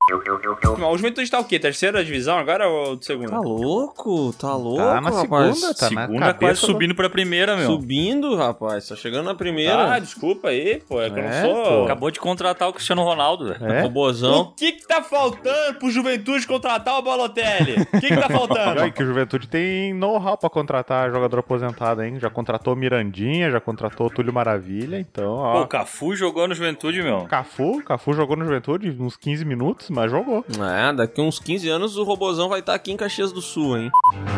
O Juventude tá o quê? Terceira divisão agora ou segunda? Tá louco, Tá na rapaz. segunda, tá na Segunda cabeça quase subindo pra primeira, meu. Subindo, rapaz. Tá chegando na primeira. Ah, desculpa aí, pô. É que eu não É, sou... pô. Acabou de contratar o Cristiano Ronaldo, velho. É? Robozão. O que tá faltando pro Juventude contratar o Balotelli? O que tá faltando? Olha que o Juventude tem know-how pra contratar jogador aposentado, hein? Já contratou o Mirandinha, já contratou o Túlio Maravilha, então, Pô, ó. o Cafu jogou no Juventude, meu. Cafu jogou no Juventude uns 15 minutos, mas jogou. É, daqui uns 15 anos o Robozão vai estar aqui em Caxias do Sul, hein?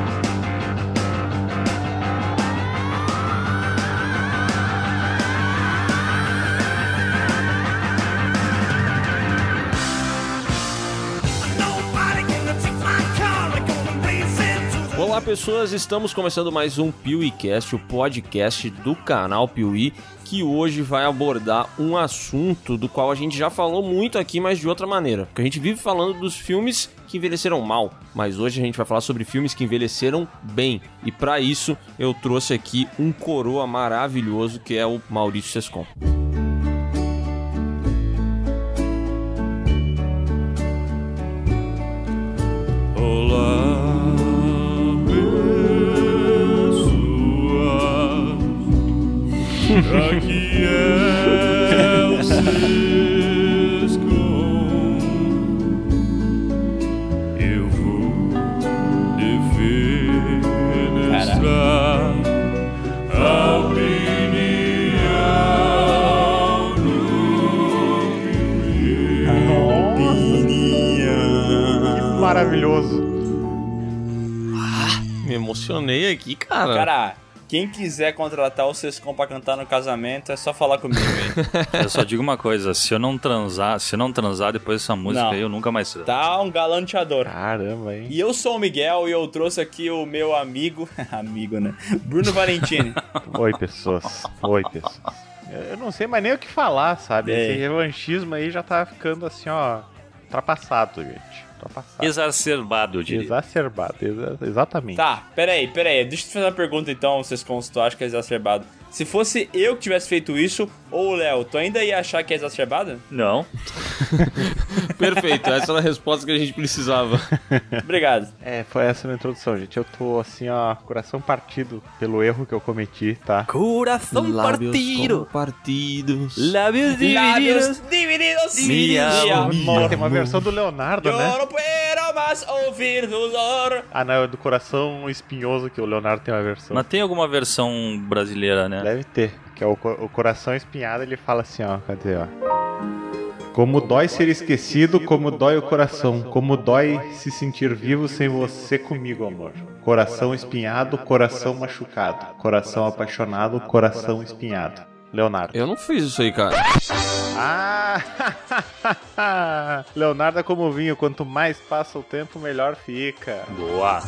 Olá pessoas, estamos começando mais um PeeWeeCast, o podcast do canal Piuí, que hoje vai abordar um assunto do qual a gente já falou muito aqui, mas de outra maneira. Porque a gente vive falando dos filmes que envelheceram mal, mas hoje a gente vai falar sobre filmes que envelheceram bem. E para isso eu trouxe aqui um coroa maravilhoso que é o Maurício Sescon. Olá, aqui é o Sescon. Eu vou defenestrar a opinião do Que maravilhoso. Me emocionei aqui, cara. Cara, quem quiser contratar o Sescon pra cantar no casamento, é só falar comigo aí. Eu só digo uma coisa, se eu não transar depois dessa música Não. aí, eu nunca mais transo. Tá um galanteador. Caramba, hein? E eu sou o Miguel e eu trouxe aqui o meu amigo, amigo, né? Bruno Valentini. Oi, pessoas. Oi, pessoas. Eu não sei mais nem o que falar, sabe? É. Esse revanchismo aí já tá ficando assim, ó, ultrapassado, gente. Ultrapassado. Exacerbado, eu diria. Exacerbado, exatamente. Tá, peraí. Deixa eu te fazer uma pergunta então, Sescon, se tu acha que é exacerbado. Se fosse eu que tivesse feito isso, ou o Léo, tu ainda ia achar que é exacerbado? Não. Perfeito, essa era a resposta que a gente precisava. Obrigado. Foi essa a minha introdução, gente. Eu tô assim, ó, coração partido pelo erro que eu cometi, tá? Coração Lábios partidos. Lábios Lábios divididos. Nossa, tem uma versão do Leonardo, Eu né? não quero mais ouvir dolor. Ah, não, é do Coração Espinhoso que o Leonardo tem uma versão. Mas tem alguma versão brasileira, né? Deve ter, que é o Coração Espinhado, ele fala assim, ó, cadê, ó? Como dói ser esquecido, como dói o coração, como dói se sentir vivo sem você comigo, amor. Coração espinhado, coração machucado, coração apaixonado, coração espinhado. Leonardo. Eu não fiz isso aí, cara. Ah! Leonardo é como vinho, quanto mais passa o tempo, melhor fica. Boa.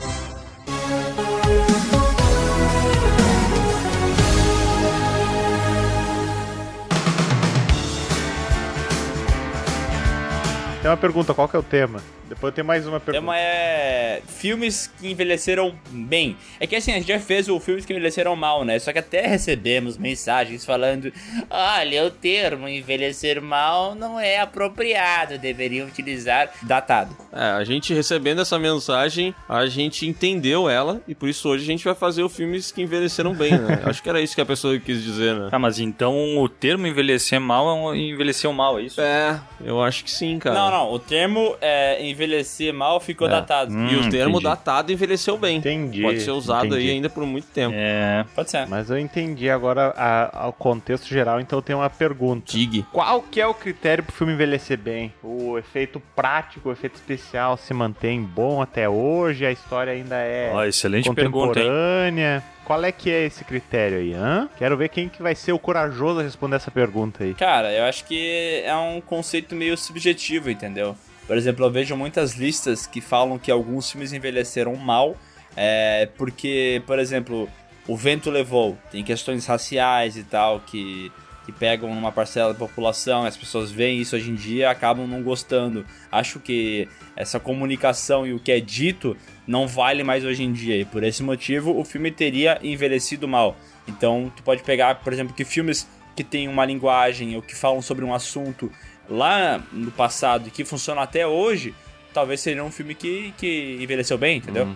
Tem uma pergunta, qual que é o tema? Depois eu tenho mais uma O pergunta. tema é filmes que envelheceram bem. É que assim, a gente já fez o filmes que envelheceram mal, né? Só que até recebemos mensagens falando: olha, o termo envelhecer mal não é apropriado, deveriam utilizar datado. A gente recebendo essa mensagem, a gente entendeu ela e por isso hoje a gente vai fazer os filmes que envelheceram bem, né? Acho que era isso que a pessoa quis dizer, né? Tá, mas então o termo envelhecer mal envelheceu mal, é isso? Eu acho que sim, cara. Não, o termo envelhecer mal ficou datado. E o termo entendi. datado envelheceu bem. Entendi. Pode ser usado entendi. aí ainda por muito tempo. É. Pode ser. Mas eu entendi agora o contexto geral, então eu tenho uma pergunta. Dig. Qual que é o critério pro filme envelhecer bem? O efeito prático, o efeito especial se mantém bom até hoje? A história ainda é Ó, excelente pergunta, hein? contemporânea? Qual é que é esse critério aí, hã? Quero ver quem que vai ser o corajoso a responder essa pergunta aí. Cara, eu acho que é um conceito meio subjetivo, entendeu? Por exemplo, eu vejo muitas listas que falam que alguns filmes envelheceram mal, porque, por exemplo, O Vento Levou, tem questões raciais e tal que pegam uma parcela da população, as pessoas veem isso hoje em dia e acabam não gostando. Acho que essa comunicação e o que é dito não vale mais hoje em dia, e por esse motivo o filme teria envelhecido mal. Então tu pode pegar, por exemplo, que filmes que têm uma linguagem ou que falam sobre um assunto lá no passado e que funciona até hoje, talvez seria um filme que envelheceu bem, entendeu?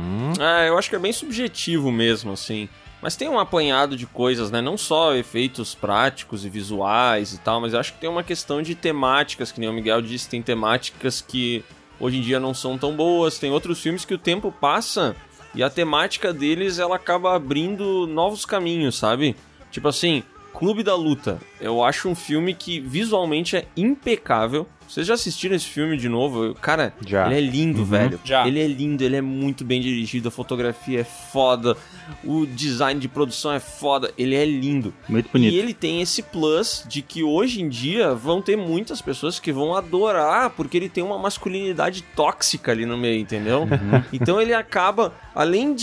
Eu acho que é bem subjetivo mesmo, assim. Mas tem um apanhado de coisas, né? Não só efeitos práticos e visuais e tal, mas eu acho que tem uma questão de temáticas, que nem o Miguel disse, tem temáticas que hoje em dia não são tão boas, tem outros filmes que o tempo passa e a temática deles, ela acaba abrindo novos caminhos, sabe? Tipo assim, Clube da Luta, eu acho um filme que visualmente é impecável. Vocês já assistiram esse filme de novo? Cara, Já. Ele é lindo, velho. Já. Ele é lindo, ele é muito bem dirigido, a fotografia é foda, o design de produção é foda, ele é lindo. Muito bonito. E ele tem esse plus de que hoje em dia vão ter muitas pessoas que vão adorar, porque ele tem uma masculinidade tóxica ali no meio, entendeu? Então ele acaba, além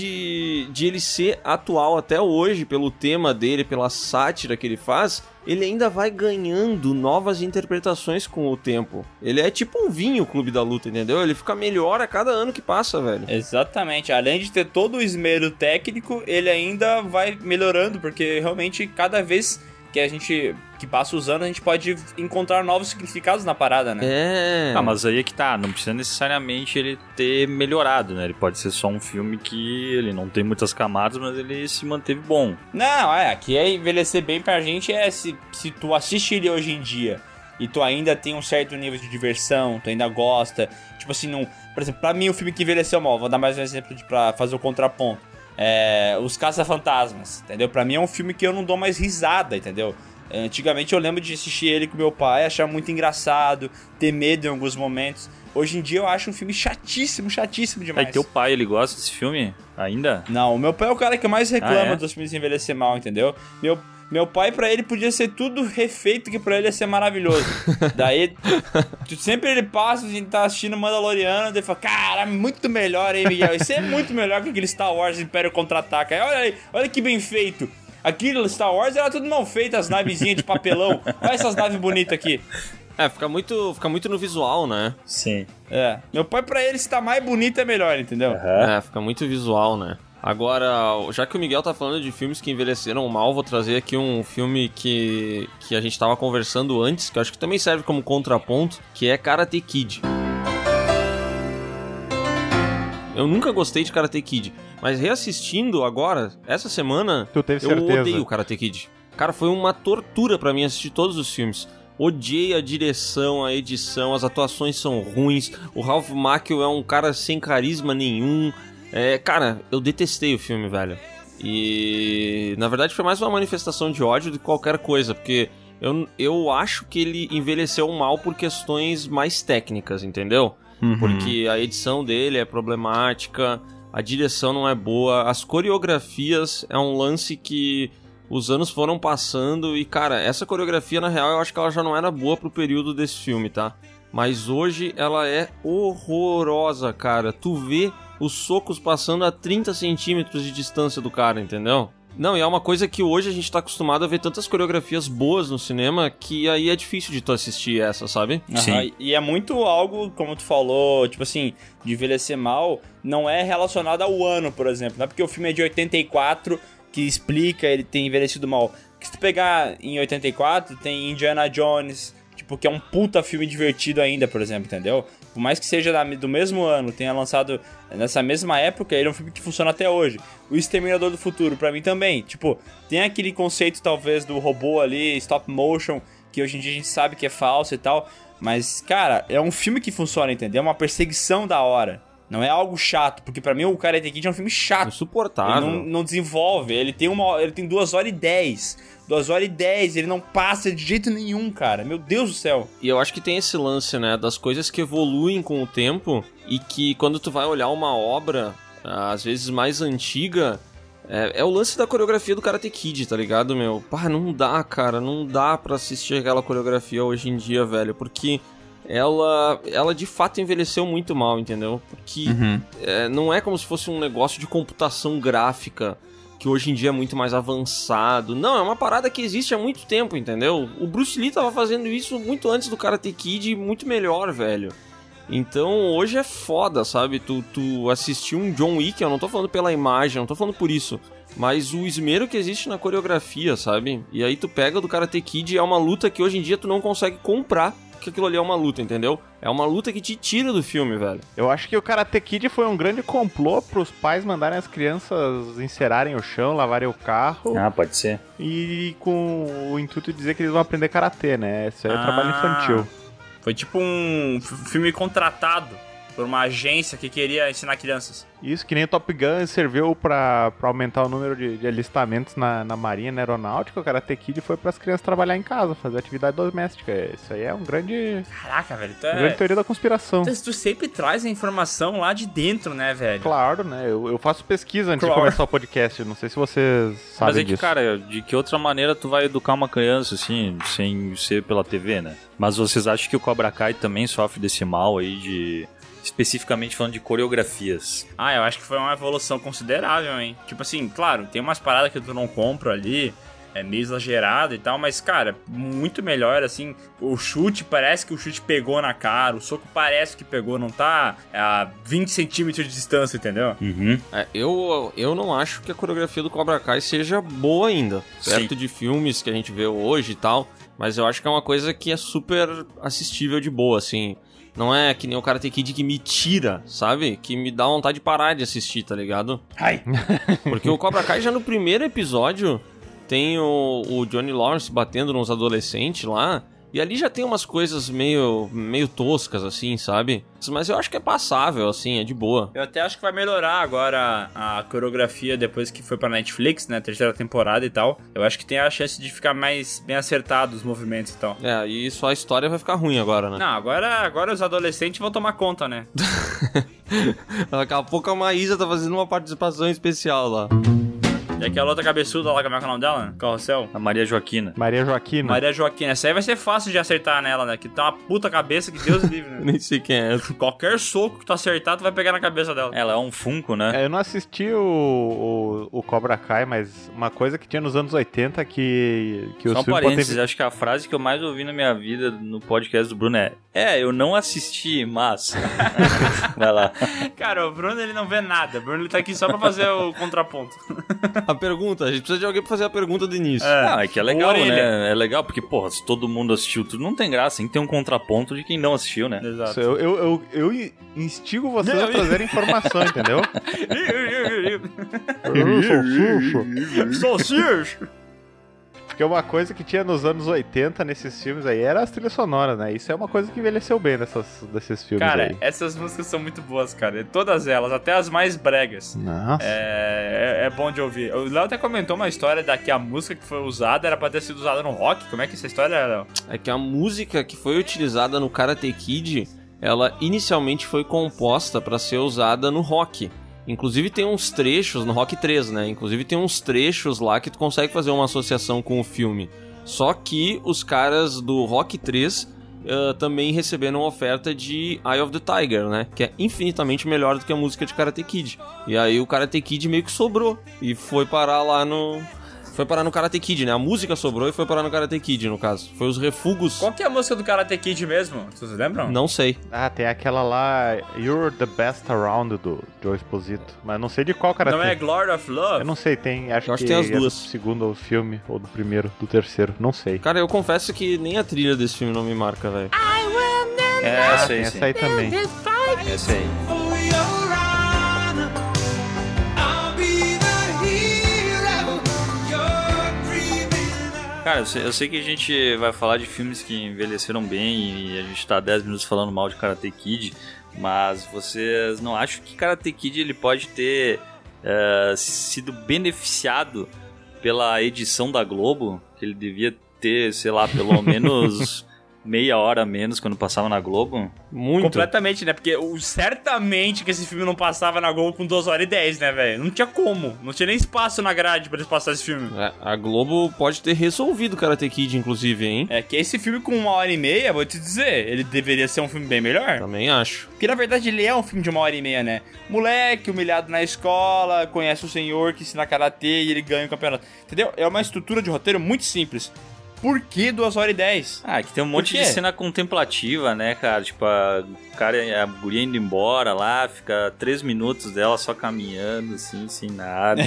de ele ser atual até hoje, pelo tema dele, pela sátira que ele faz, ele ainda vai ganhando novas interpretações com o tempo. Ele é tipo um vinho, o Clube da Luta, entendeu? Ele fica melhor a cada ano que passa, velho. Exatamente. Além de ter todo o esmero técnico, ele ainda vai melhorando, porque realmente cada vez que passa os anos, a gente pode encontrar novos significados na parada, né? Mas aí é que tá, não precisa necessariamente ele ter melhorado, né? Ele pode ser só um filme que ele não tem muitas camadas, mas ele se manteve bom. Não, aqui é envelhecer bem pra gente, se tu assiste ele hoje em dia e tu ainda tem um certo nível de diversão, tu ainda gosta, tipo assim, por exemplo, pra mim o filme que envelheceu mal, vou dar mais um exemplo pra fazer o contraponto. Os Caça-Fantasmas, entendeu? Pra mim é um filme que eu não dou mais risada, entendeu? Antigamente eu lembro de assistir ele com meu pai, achar muito engraçado, ter medo em alguns momentos. Hoje em dia eu acho um filme chatíssimo demais. Teu pai, ele gosta desse filme ainda? Não, o meu pai é o cara que mais reclama dos filmes envelhecer mal, entendeu? Meu pai, pra ele, podia ser tudo refeito, que pra ele ia ser maravilhoso. Daí, sempre ele passa, a gente tá assistindo Mandaloriano, daí fala, cara, muito melhor, hein, Miguel? Isso é muito melhor que aquele Star Wars Império Contra-Ataca. Olha aí, olha que bem feito. Aquilo Star Wars era tudo mal feito, as navezinhas de papelão. Olha essas naves bonitas aqui. Fica muito no visual, né? Sim. Meu pai, pra ele, se tá mais bonito é melhor, entendeu? Fica muito visual, né? Agora, já que o Miguel tá falando de filmes que envelheceram mal, vou trazer aqui um filme que a gente tava conversando antes, que eu acho que também serve como contraponto, que é Karate Kid. Eu nunca gostei de Karate Kid, mas reassistindo agora, essa semana, Tu teve certeza? Eu odeio Karate Kid. Cara, foi uma tortura pra mim assistir todos os filmes. Odiei a direção, a edição, as atuações são ruins, o Ralph Macchio é um cara sem carisma nenhum. Cara, eu detestei o filme, velho. E na verdade foi mais uma manifestação de ódio do que qualquer coisa, porque eu acho que ele envelheceu mal por questões mais técnicas, entendeu? Porque a edição dele é problemática, a direção não é boa, as coreografias é um lance que os anos foram passando e, cara, essa coreografia, na real, eu acho que ela já não era boa pro período desse filme, tá? Mas hoje ela é horrorosa, cara. Tu vê os socos passando a 30 centímetros de distância do cara, entendeu? Não, e é uma coisa que hoje a gente tá acostumado a ver tantas coreografias boas no cinema que aí é difícil de tu assistir essa, sabe? Sim. E é muito algo, como tu falou, tipo assim, de envelhecer mal, não é relacionado ao ano, por exemplo. Não é porque o filme é de 84 que explica ele ter envelhecido mal. Porque se tu pegar em 84, tem Indiana Jones, tipo, que é um puta filme divertido ainda, por exemplo, entendeu? Por mais que seja do mesmo ano, tenha lançado nessa mesma época, ele é um filme que funciona até hoje. O Exterminador do Futuro, pra mim também. Tipo, tem aquele conceito, talvez, do robô ali, stop motion, que hoje em dia a gente sabe que é falso e tal. Mas, cara, é um filme que funciona, entendeu? É uma perseguição da hora. Não é algo chato, porque pra mim o Karate Kid é um filme chato. Insuportável. Ele não desenvolve, ele tem 2h10. 2h10, ele não passa de jeito nenhum, cara. Meu Deus do céu. E eu acho que tem esse lance, né, das coisas que evoluem com o tempo e que quando tu vai olhar uma obra, às vezes mais antiga, é o lance da coreografia do Karate Kid, tá ligado, meu? Pá, não dá, cara, não dá pra assistir aquela coreografia hoje em dia, velho, porque ela de fato envelheceu muito mal, entendeu? Porque não é como se fosse um negócio de computação gráfica que hoje em dia é muito mais avançado. Não, é uma parada que existe há muito tempo, entendeu? O Bruce Lee tava fazendo isso muito antes do Karate Kid e muito melhor, velho. Então hoje é foda, sabe? Tu assistir um John Wick, eu não tô falando pela imagem, eu não tô falando por isso, mas o esmero que existe na coreografia, sabe? E aí tu pega do Karate Kid e é uma luta que hoje em dia tu não consegue comprar que aquilo ali é uma luta, entendeu? É uma luta que te tira do filme, velho. Eu acho que o Karate Kid foi um grande complô pros pais mandarem as crianças encerarem o chão, lavarem o carro. Ah, pode ser. E com o intuito de dizer que eles vão aprender karatê, né? Isso aí é trabalho infantil. Foi tipo um filme contratado por uma agência que queria ensinar crianças. Isso, que nem o Top Gun serviu pra aumentar o número de alistamentos na marinha, na aeronáutica. O Karate Kid foi pras crianças trabalhar em casa, fazer atividade doméstica. Isso aí é um grande... Caraca, velho. grande teoria da conspiração. Então, tu sempre traz a informação lá de dentro, né, velho? Claro, né? Eu faço pesquisa antes de começar o podcast. Não sei se vocês sabem Mas é que, disso. cara, de que outra maneira tu vai educar uma criança, assim, sem ser pela TV, né? Mas vocês acham que o Cobra Kai também sofre desse mal aí de... Especificamente falando de coreografias. Ah, eu acho que foi uma evolução considerável, hein? Tipo assim, claro, tem umas paradas que tu não compra ali, é meio exagerado e tal, mas, cara, muito melhor, assim. O chute, parece que o chute pegou na cara, o soco parece que pegou, não tá a 20 centímetros de distância, entendeu? Uhum. Eu não acho que a coreografia do Cobra Kai seja boa ainda, perto de filmes que a gente vê hoje e tal, mas eu acho que é uma coisa que é super assistível de boa, assim. Não é que nem o Karate Kid que me tira, sabe? Que me dá vontade de parar de assistir, tá ligado? Ai! Porque o Cobra Kai já no primeiro episódio tem o Johnny Lawrence batendo nos adolescentes lá. E ali já tem umas coisas meio toscas, assim, sabe? Mas eu acho que é passável, assim, é de boa. Eu até acho que vai melhorar agora a coreografia depois que foi pra Netflix, né? Terceira temporada e tal. Eu acho que tem a chance de ficar mais bem acertado os movimentos e tal. É, e só a história vai ficar ruim agora, né? Não, agora os adolescentes vão tomar conta, né? Daqui a pouco a Maísa tá fazendo uma participação especial lá. E aquela outra cabeçuda lá, como é que é o nome dela? Carrossel? A Maria Joaquina. Maria Joaquina. Maria Joaquina. Essa aí vai ser fácil de acertar nela, né? Que tá uma puta cabeça que Deus livre, né? Nem sei quem é essa. Qualquer soco que tu acertar, tu vai pegar na cabeça dela. Ela é um Funko, né? Eu não assisti o Cobra Kai, mas uma coisa que tinha nos anos 80 que os Só um filmes parênteses, acho que a frase que eu mais ouvi na minha vida no podcast do Bruno é eu não assisti, mas... Vai lá. Cara, o Bruno, ele não vê nada. O Bruno, ele tá aqui só pra fazer o contraponto. A pergunta, a gente precisa de alguém pra fazer a pergunta do início. Não, é que é legal, Orelha. né? É legal porque, porra, se todo mundo assistiu tudo, não tem graça. Tem que ter um contraponto de quem não assistiu, né? Exato. Eu instigo vocês a trazer informação, entendeu? Salsicha! Porque uma coisa que tinha nos anos 80 nesses filmes aí era as trilhas sonoras, né? Isso é uma coisa que envelheceu bem desses filmes Cara, aí. essas músicas são muito boas, cara. Todas elas, até as mais bregas. Nossa. É bom de ouvir. O Léo até comentou uma história da que a música que foi usada era pra ter sido usada no rock. Como é que essa história era, Léo? É que a música que foi utilizada no Karate Kid, ela inicialmente foi composta pra ser usada no rock. Inclusive tem uns trechos, no Rock 3, né? Inclusive tem uns trechos lá que tu consegue fazer uma associação com o filme. Só que os caras do Rock 3 também receberam oferta de Eye of the Tiger, né? Que é infinitamente melhor do que a música de Karate Kid. E aí o Karate Kid meio que sobrou e foi parar lá no... Foi parar no Karate Kid, né? A música sobrou e foi parar no Karate Kid, no caso. Foi os refugos... Qual que é a música do Karate Kid mesmo? Vocês lembram? Não sei. Ah, tem aquela lá, You're the Best Around, do Joe Esposito. Mas não sei de qual Karate. Não é Glory of Love? Eu não sei, tem... Acho que tem as é duas. do segundo filme, ou do primeiro, do terceiro. Não sei. Cara, eu confesso que nem a trilha desse filme não me marca, velho. Essa aí, Essa aí também. Essa aí. Cara, eu sei que a gente vai falar de filmes que envelheceram bem e a gente tá 10 minutos falando mal de Karate Kid, mas vocês não acham que Karate Kid ele pode ter sido beneficiado pela edição da Globo? Que ele devia ter, sei lá, pelo menos meia hora a menos quando passava na Globo? Muito. Completamente, né? Porque certamente que esse filme não passava na Globo com 2h10, né, velho? Não tinha como. Não tinha nem espaço na grade pra eles passarem esse filme. A Globo pode ter resolvido Karate Kid, inclusive, hein? É que esse filme com 1h30, vou te dizer, ele deveria ser um filme bem melhor. Também acho. Porque na verdade ele é um filme de 1h30, né? Moleque, humilhado na escola, conhece o senhor que ensina karatê e ele ganha o campeonato. Entendeu? É uma estrutura de roteiro muito simples. por que 2h10? Ah, que tem um monte de cena contemplativa, né, cara? Tipo, a guria indo embora lá, fica 3 minutos dela só caminhando, assim, sem nada.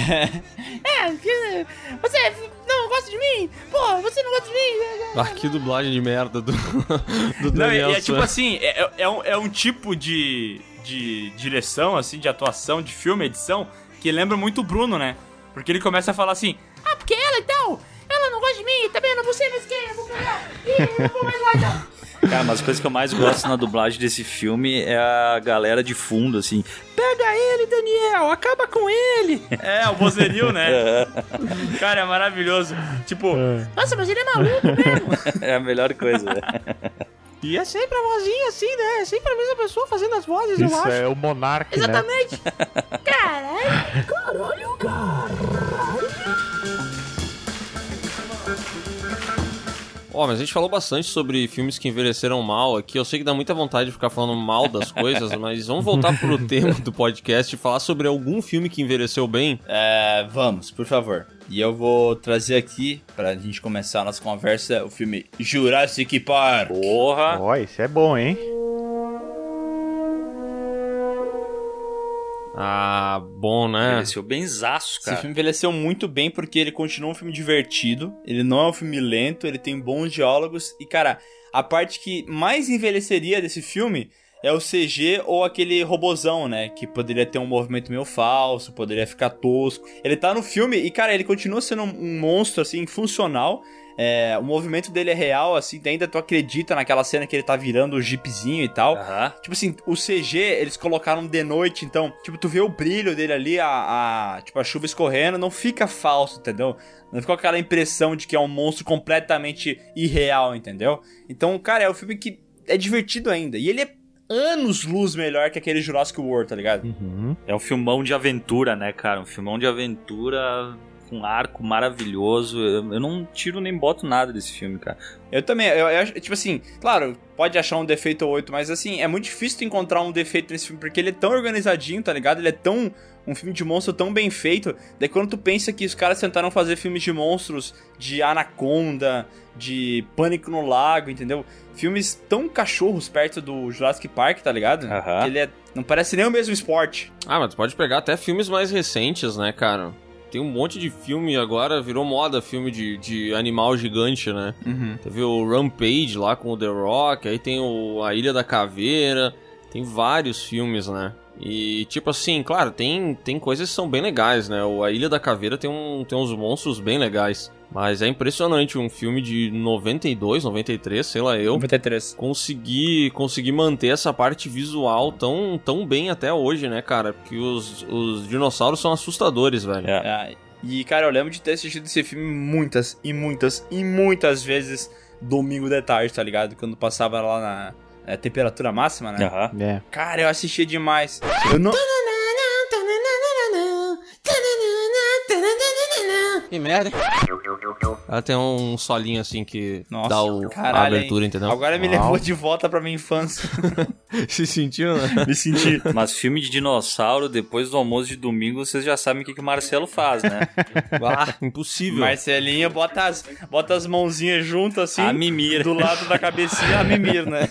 Você não gosta de mim? Pô, você não gosta de mim? Ah, que dublagem de merda do Não, Daniel. é tipo assim, é um tipo de direção, assim, de atuação, de filme, edição, que lembra muito o Bruno, né? Porque ele começa a falar assim, porque ela e tal, ela não gosta de mim, também eu não vou ser mais quem, eu vou pegar, eu não vou mais lá então. Cara, mas as coisas que eu mais gosto na dublagem desse filme é a galera de fundo, assim, pega ele, Daniel, acaba com ele. É, o vozerio, né? Cara, é maravilhoso. Tipo, nossa, mas ele é maluco mesmo. É a melhor coisa, né? E é sempre a vozinha assim, né? É sempre a mesma pessoa fazendo as vozes, eu acho. Isso é o Monark, Exatamente. né? Caralho. Ó, mas a gente falou bastante sobre filmes que envelheceram mal aqui. Eu sei que dá muita vontade de ficar falando mal das coisas, mas vamos voltar pro tema do podcast e falar sobre algum filme que envelheceu bem. Vamos, por favor. E eu vou trazer aqui, pra gente começar a nossa conversa, o filme Jurassic Park. Porra! Ó, esse é bom, hein? Ah, bom, né? Envelheceu benzaço, cara. Esse filme envelheceu muito bem porque ele continua um filme divertido, ele não é um filme lento, ele tem bons diálogos e, cara, a parte que mais envelheceria desse filme é o CG ou aquele robozão, né, que poderia ter um movimento meio falso, poderia ficar tosco. Ele tá no filme e, cara, ele continua sendo um monstro, assim, funcional. O movimento dele é real, assim, ainda tu acredita naquela cena que ele tá virando o jeepzinho e tal. Tipo assim, o CG, eles colocaram de noite, então, tipo, tu vê o brilho dele ali, tipo, a chuva escorrendo, não fica falso, entendeu? Não fica aquela impressão de que é um monstro completamente irreal, entendeu? Então, cara, é um filme que é divertido ainda, e ele é anos-luz melhor que aquele Jurassic World, tá ligado? Uhum. É um filmão de aventura, né, cara? Um filmão de aventura com arco maravilhoso. Eu não tiro nem boto nada desse filme, cara. Eu também, eu acho, tipo assim, claro, pode achar um defeito ou outro, mas assim, é muito difícil tu encontrar um defeito nesse filme, porque ele é tão organizadinho, tá ligado? Ele é tão, um filme de monstro tão bem feito, daí quando tu pensa que os caras tentaram fazer filmes de monstros, de Anaconda, de Pânico no Lago, entendeu? Filmes tão cachorros perto do Jurassic Park, tá ligado? Que ele não parece nem o mesmo esporte. Ah, mas tu pode pegar até filmes mais recentes, né, cara? Tem um monte de filme agora, virou moda filme de animal gigante, né? Uhum. Teve o Rampage lá com o The Rock, aí tem A Ilha da Caveira, tem vários filmes, né? E tipo assim, claro, tem coisas que são bem legais, né? A Ilha da Caveira tem uns monstros bem legais. Mas é impressionante um filme de 92, 93, sei lá eu. 93. Conseguir manter essa parte visual tão bem até hoje, né, cara? Porque os dinossauros são assustadores, velho. E, cara, eu lembro de ter assistido esse filme muitas e muitas e muitas vezes domingo de tarde, tá ligado? Quando passava lá na temperatura máxima, né? Cara, eu assistia demais. Eu não... Que merda. Ela tem um solinho assim que dá a abertura, entendeu? Agora me levou de volta pra minha infância. Se sentiu, né? Me senti. Mas filme de dinossauro, depois do almoço de domingo, vocês já sabem o que o Marcelo faz, né? Impossível. Marcelinho bota as mãozinhas juntas assim. A mimir. Do lado da cabecinha, a mimir, né?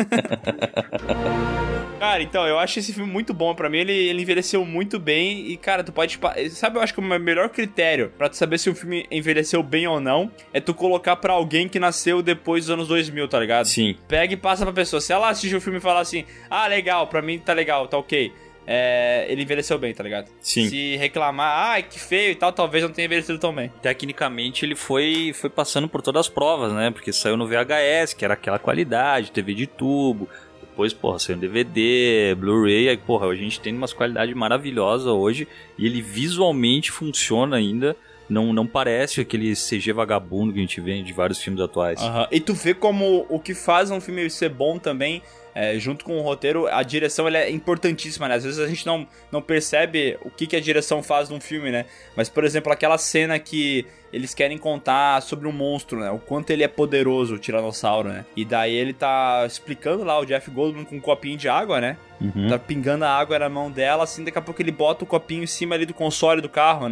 Cara, então, eu acho esse filme muito bom. Pra mim, ele envelheceu muito bem. E, cara, tu pode... Sabe, eu acho que o melhor critério pra tu saber se um filme envelheceu bem ou não é tu colocar pra alguém que nasceu depois dos anos 2000, tá ligado? Sim. Pega e passa pra pessoa. Se ela assistir o filme e falar assim, legal, pra mim tá legal, tá ok. Ele envelheceu bem, tá ligado? Sim. Se reclamar, que feio e tal, talvez não tenha envelhecido tão bem. Tecnicamente, ele foi passando por todas as provas, né? Porque saiu no VHS, que era aquela qualidade, TV de tubo... Depois, saiu um DVD, Blu-ray, aí, a gente tem umas qualidades maravilhosas hoje e ele visualmente funciona ainda, não parece aquele CG vagabundo que a gente vê de vários filmes atuais. E tu vê como o que faz um filme ser bom também, junto com o roteiro, a direção ela é importantíssima, né? Às vezes a gente não percebe o que a direção faz num filme, né? Mas, por exemplo, aquela cena que eles querem contar sobre um monstro, né? O quanto ele é poderoso, o Tiranossauro, né? E daí ele tá explicando lá, o Jeff Goldblum com um copinho de água, né? Tá pingando a água na mão dela, assim, daqui a pouco ele bota o copinho em cima ali do console do carro, né?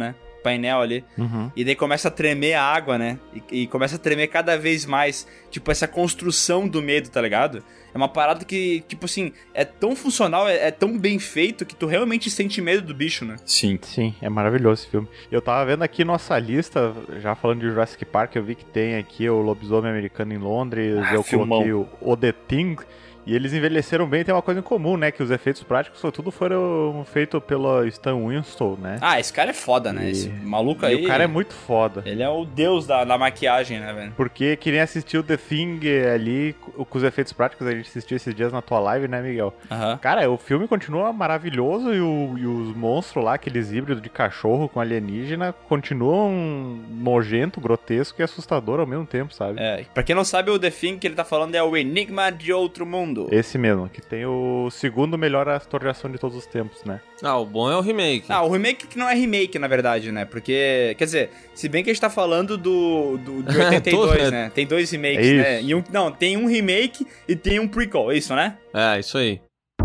painel ali. E daí começa a tremer a água, né? E começa a tremer cada vez mais. Tipo, essa construção do medo, tá ligado? É uma parada que, tipo assim, é tão funcional, é tão bem feito que tu realmente sente medo do bicho, né? Sim. Sim, é maravilhoso esse filme. Eu tava vendo aqui nossa lista, já falando de Jurassic Park, eu vi que tem aqui o Lobisomem Americano em Londres, eu coloquei o The Thing, e eles envelheceram bem, tem uma coisa em comum, né, que os efeitos práticos tudo foram feitos pelo Stan Winston, né? Ah, esse cara é foda, né? Esse maluco aí... E o cara é muito foda. Ele é o deus da maquiagem, né, velho? Porque quem assistiu The Thing ali, com os efeitos práticos, a gente assistiu esses dias na tua live, né, Miguel? Cara, o filme continua maravilhoso e os monstros lá, aqueles híbridos de cachorro com alienígena, continuam nojento, grotesco e assustador ao mesmo tempo, sabe? Pra quem não sabe, o The Thing que ele tá falando é o Enigma de Outro Mundo. Esse mesmo, que tem o segundo melhor ator de ação de todos os tempos, né? Ah, o bom é o remake. Ah, o remake que não é remake, na verdade, né? Porque, quer dizer, se bem que a gente tá falando de 82, né? Tem 2 remakes, né? E tem um remake e tem um prequel, é isso, né? É, isso aí.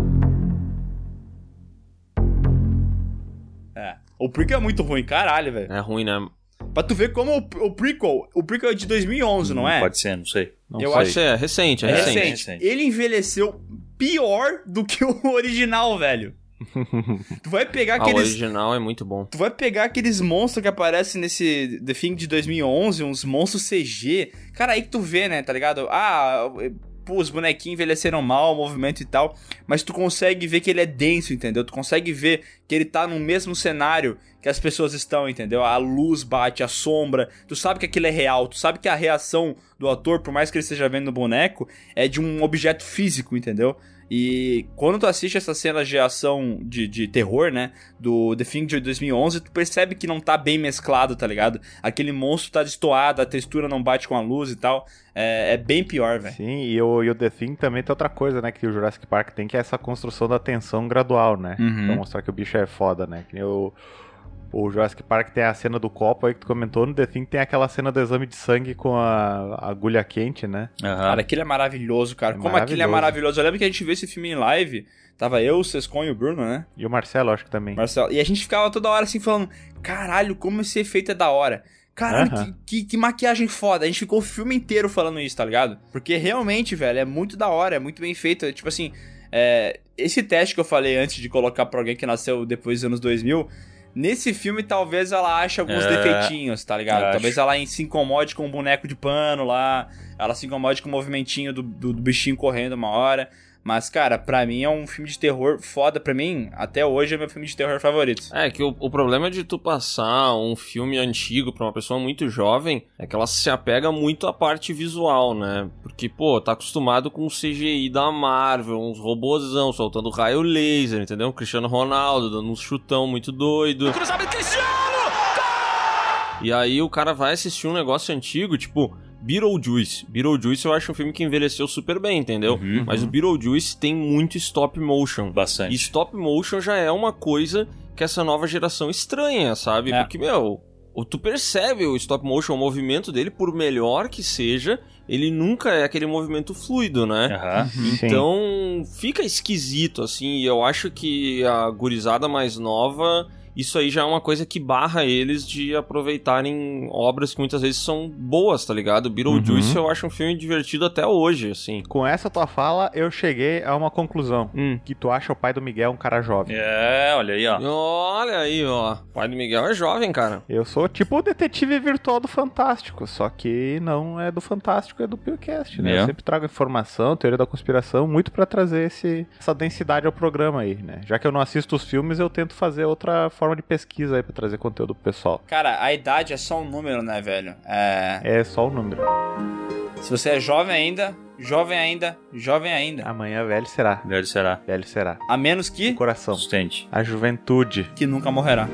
O prequel é muito ruim, caralho, velho. É ruim, né? Pra tu ver como o prequel é de 2011, não é? Pode ser, não sei. Eu acho que é recente, é recente. Ele envelheceu pior do que o original, velho. Tu vai pegar aqueles... O original é muito bom. Tu vai pegar aqueles monstros que aparecem nesse The Thing de 2011, uns monstros CG. Cara, aí que tu vê, né, tá ligado? Os bonequinhos envelheceram mal, o movimento e tal, mas tu consegue ver que ele é denso, entendeu? Tu consegue ver que ele tá no mesmo cenário que as pessoas estão, entendeu? A luz bate, a sombra, tu sabe que aquilo é real, tu sabe que a reação do ator, por mais que ele esteja vendo no boneco, é de um objeto físico, entendeu? E quando tu assiste essas cenas de ação de terror, né, do The Thing de 2011, tu percebe que não tá bem mesclado, tá ligado? Aquele monstro tá destoado, a textura não bate com a luz e tal. É bem pior, velho. Sim, e o The Thing também tem outra coisa, né, que o Jurassic Park tem, que é essa construção da tensão gradual, né? Pra mostrar que o bicho é foda, né? Que nem o Jurassic Park tem a cena do copo aí que tu comentou, no The Thing tem aquela cena do exame de sangue com a agulha quente, né? Cara, aquilo é maravilhoso, cara. Como aquilo é maravilhoso. Eu lembro que a gente viu esse filme em live, tava eu, o Sescon e o Bruno, né? E o Marcelo, acho que também. E a gente ficava toda hora assim falando, caralho, como esse efeito é da hora. Caralho, que maquiagem foda. A gente ficou o filme inteiro falando isso, tá ligado? Porque realmente, velho, é muito da hora, é muito bem feito. Tipo assim, esse teste que eu falei antes de colocar pra alguém que nasceu depois dos anos 2000... Nesse filme, talvez ela ache alguns defeitinhos, tá ligado? Talvez ela se incomode com um boneco de pano lá, ela se incomode com o movimentinho do bichinho correndo uma hora. Mas, cara, pra mim é um filme de terror foda. Pra mim, até hoje, é meu filme de terror favorito. É que o problema de tu passar um filme antigo pra uma pessoa muito jovem é que ela se apega muito à parte visual, né? Porque, pô, tá acostumado com o CGI da Marvel, uns robôzão soltando raio laser, entendeu? Cristiano Ronaldo dando um chutão muito doido. Cruzamento Cristiano! E aí o cara vai assistir um negócio antigo, tipo... Beetlejuice eu acho um filme que envelheceu super bem, entendeu? Mas o Beetlejuice tem muito stop motion. Bastante. E stop motion já é uma coisa que essa nova geração estranha, sabe? Porque, tu percebe o stop motion, o movimento dele, por melhor que seja, ele nunca é aquele movimento fluido, né? Então, fica esquisito, assim, e eu acho que a gurizada mais nova... Isso aí já é uma coisa que barra eles de aproveitarem obras que muitas vezes são boas, tá ligado? Beetlejuice eu acho um filme divertido até hoje, assim. Com essa tua fala, eu cheguei a uma conclusão. Que tu acha o pai do Miguel um cara jovem. Olha aí, ó. Olha aí, ó. O pai do Miguel é jovem, cara. Eu sou tipo o detetive virtual do Fantástico, só que não é do Fantástico, é do PewCast, né? Eu sempre trago informação, teoria da conspiração, muito pra trazer essa densidade ao programa aí, né? Já que eu não assisto os filmes, eu tento fazer outra forma de pesquisa aí pra trazer conteúdo pro pessoal. Cara, a idade é só um número, né, velho? É só um número. Se você é jovem ainda, jovem ainda. Amanhã velho será. Velho será. Velho será. A menos que... O coração. Sustente. A juventude. Que nunca morrerá.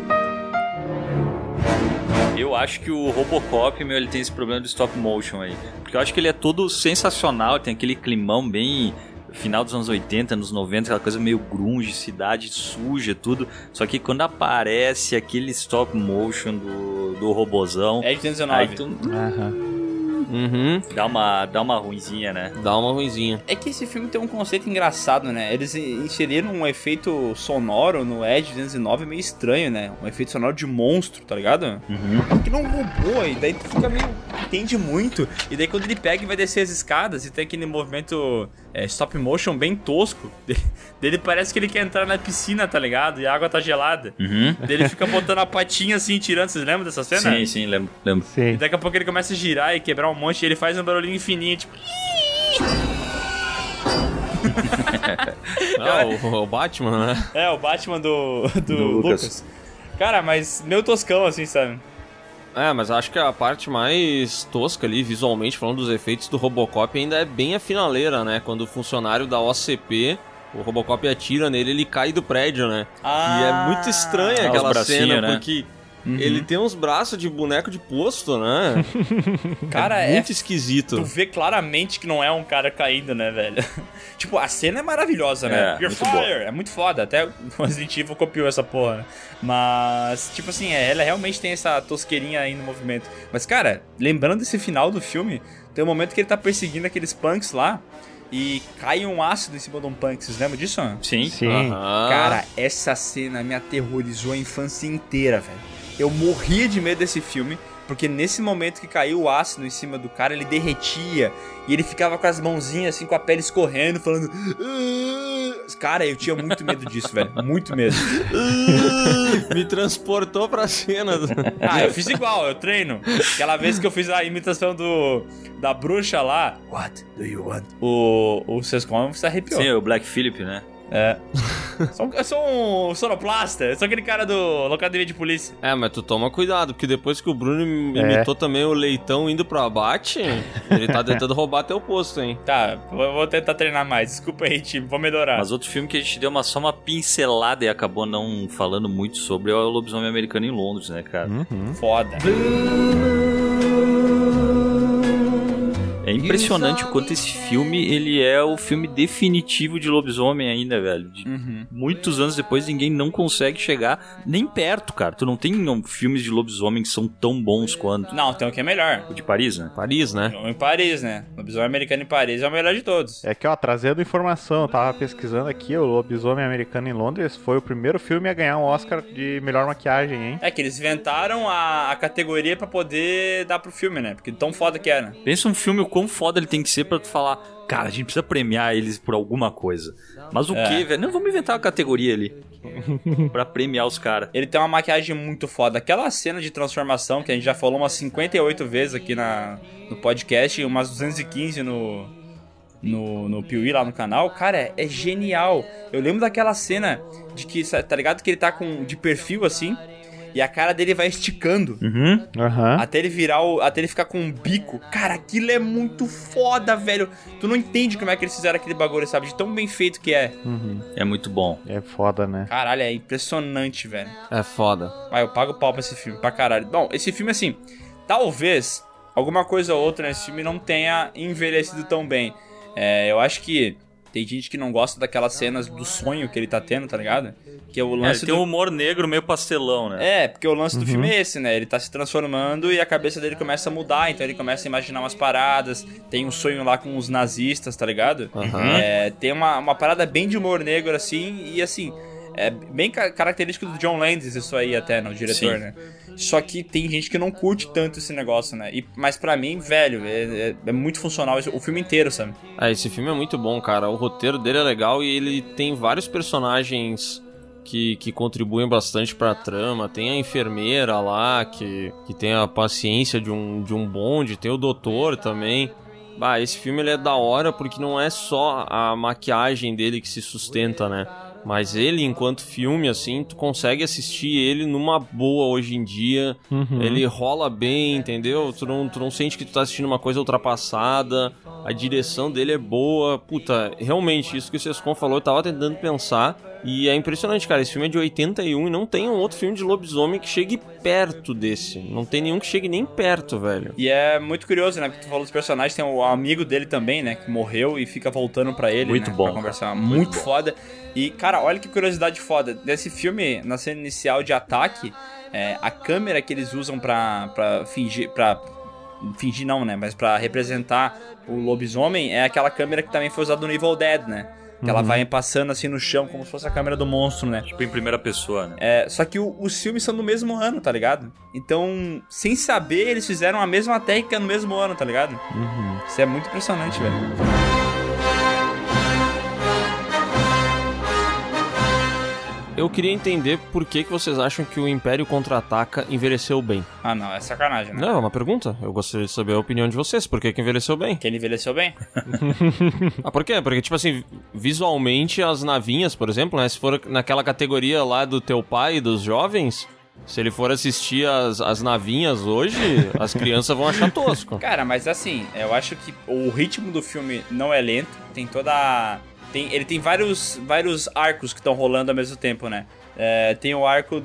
Eu acho que o Robocop, ele tem esse problema do stop motion aí. Porque eu acho que ele é todo sensacional, tem aquele climão bem... Final dos anos 80, anos 90, aquela coisa meio grunge, cidade suja, tudo. Só que quando aparece aquele stop motion do robozão... É de 19. Aí tu... Uhum. Dá uma ruinzinha, né? Dá uma ruinzinha. É que esse filme tem um conceito engraçado, né? Eles inseriram um efeito sonoro no Edge 209 meio estranho, né? Um efeito sonoro de monstro, tá ligado? Que não roubou, e daí tu fica meio... entende muito. E daí quando ele pega e vai descer as escadas e tem aquele movimento stop motion bem tosco, dele parece que ele quer entrar na piscina, tá ligado? E a água tá gelada. Daí ele fica botando a patinha assim, tirando. Vocês lembram dessa cena? Sim, lembro. Sim. E daqui a pouco ele começa a girar e quebrar um monte e ele faz um barulhinho fininho, tipo... O Batman, né? É, o Batman do Lucas. Cara, mas meio toscão assim, sabe? Mas acho que a parte mais tosca ali, visualmente, falando dos efeitos do Robocop, ainda é bem a finaleira, né? Quando o funcionário da OCP, o Robocop atira nele, ele cai do prédio, né? E é muito estranha aquela cena, né? Porque ele tem uns braços de boneco de posto, né? Cara, é muito esquisito. Tu vê claramente que não é um cara caindo, né, velho? Tipo, a cena é maravilhosa, né? You're fire! Boa. É muito foda. Até o Resident Evil copiou essa porra, né? Mas, tipo assim, ela realmente tem essa tosqueirinha aí no movimento. Mas, cara, lembrando desse final do filme, tem um momento que ele tá perseguindo aqueles punks lá e cai um ácido em cima de um punk. Vocês lembram disso? Sim. Cara, essa cena me aterrorizou a infância inteira, velho. Eu morria de medo desse filme, porque nesse momento que caiu o ácido em cima do cara, ele derretia, e ele ficava com as mãozinhas assim, com a pele escorrendo, falando... Cara, eu tinha muito medo disso, velho. Muito medo. Me transportou pra cena. Eu fiz igual, eu treino. Aquela vez que eu fiz a imitação da bruxa lá... What do you want? O Sescom se arrepiou. Sim, o Black Phillip, né? Eu sou um sonoplasta. Eu sou aquele cara do Locademia de Polícia. Mas tu toma cuidado, porque depois que o Bruno imitou também o Leitão indo pro abate, ele tá tentando roubar teu posto, hein? Tá, vou tentar treinar mais. Desculpa aí, time, vou melhorar. Mas outro filme que a gente deu só uma pincelada e acabou não falando muito sobre é o Lobisomem Americano em Londres, né, cara? Foda. É impressionante o quanto esse filme, ele é o filme definitivo de lobisomem ainda, velho. Muitos anos depois, ninguém não consegue chegar nem perto, cara. Tu não tem filmes de lobisomem que são tão bons quanto... Não, tem um que é melhor. O de Paris, né? Paris, né? Em Paris, né? Lobisomem Americano em Paris é o melhor de todos. É que, trazendo informação, eu tava pesquisando aqui, o Lobisomem Americano em Londres foi o primeiro filme a ganhar um Oscar de melhor maquiagem, hein? É que eles inventaram a categoria pra poder dar pro filme, né? Porque tão foda que era. Pensa um filme, o quão foda ele tem que ser pra tu falar, cara, a gente precisa premiar eles por alguma coisa. Mas o quê, velho? Não, vamos inventar uma categoria ali pra premiar os caras. Ele tem uma maquiagem muito foda. Aquela cena de transformação que a gente já falou umas 58 vezes aqui no podcast, umas 215 no Piuí lá no canal, cara, é genial. Eu lembro daquela cena de que, tá ligado? Que ele tá de perfil assim, e a cara dele vai esticando até ele até ele ficar com um bico. Cara, aquilo é muito foda, velho. Tu não entende como é que eles fizeram aquele bagulho, sabe? De tão bem feito que é. É muito bom. É foda, né? Caralho, é impressionante, velho. É foda. Eu pago pau pra esse filme, pra caralho. Bom, esse filme, assim, talvez alguma coisa ou outra nesse filme não tenha envelhecido tão bem. Eu acho que tem gente que não gosta daquelas cenas do sonho que ele tá tendo, tá ligado? Que é o lance ele tem um humor negro meio pastelão, né? Porque o lance do filme é esse, né? Ele tá se transformando e a cabeça dele começa a mudar, então ele começa a imaginar umas paradas. Tem um sonho lá com os nazistas, tá ligado? Tem uma parada bem de humor negro, assim, e assim... É bem característico do John Landis isso aí até, no diretor, Sim. né? Só que tem gente que não curte tanto esse negócio, né? Mas pra mim, velho, é muito funcional o filme inteiro, sabe? Esse filme é muito bom, cara. O roteiro dele é legal e ele tem vários personagens que contribuem bastante pra trama. Tem a enfermeira lá, que tem a paciência de um bonde. Tem o doutor também. Esse filme ele é da hora porque não é só a maquiagem dele que se sustenta, né? Mas ele, enquanto filme, assim, tu consegue assistir ele numa boa hoje em dia. Ele rola bem, entendeu? Tu não sente que tu tá assistindo uma coisa ultrapassada. A direção dele é boa. Puta, realmente, isso que o Sescon falou, eu tava tentando pensar. E é impressionante, cara. Esse filme é de 81 e não tem um outro filme de lobisomem que chegue perto desse. Não tem nenhum que chegue nem perto, velho. E é muito curioso, né? Porque tu falou dos personagens, tem o amigo dele também, né? Que morreu e fica voltando pra ele, muito né? Bom, pra conversar. Muito foda. E, cara, olha que curiosidade foda. Nesse filme, na cena inicial de ataque, a câmera que eles usam pra fingir, pra Fingir não, né? Mas pra representar o lobisomem é aquela câmera que também foi usada no Evil Dead, né? Que ela vai passando assim no chão, como se fosse a câmera do monstro, né? Tipo em primeira pessoa, né? Só que os filmes são do mesmo ano, tá ligado? Então, sem saber, eles fizeram a mesma técnica no mesmo ano, tá ligado? Isso é muito impressionante, velho. Eu queria entender por que vocês acham que o Império Contra-Ataca envelheceu bem. Ah, não, é sacanagem, né? Não, é uma pergunta. Eu gostaria de saber a opinião de vocês. Por que envelheceu bem? Que ele envelheceu bem? Por quê? Porque, tipo assim, visualmente as navinhas, por exemplo, né? Se for naquela categoria lá do teu pai, dos jovens... Se ele for assistir as navinhas hoje, as crianças vão achar tosco. Cara, mas assim, eu acho que o ritmo do filme não é lento. Tem toda... Ele tem vários arcos que estão rolando ao mesmo tempo, né? Tem o arco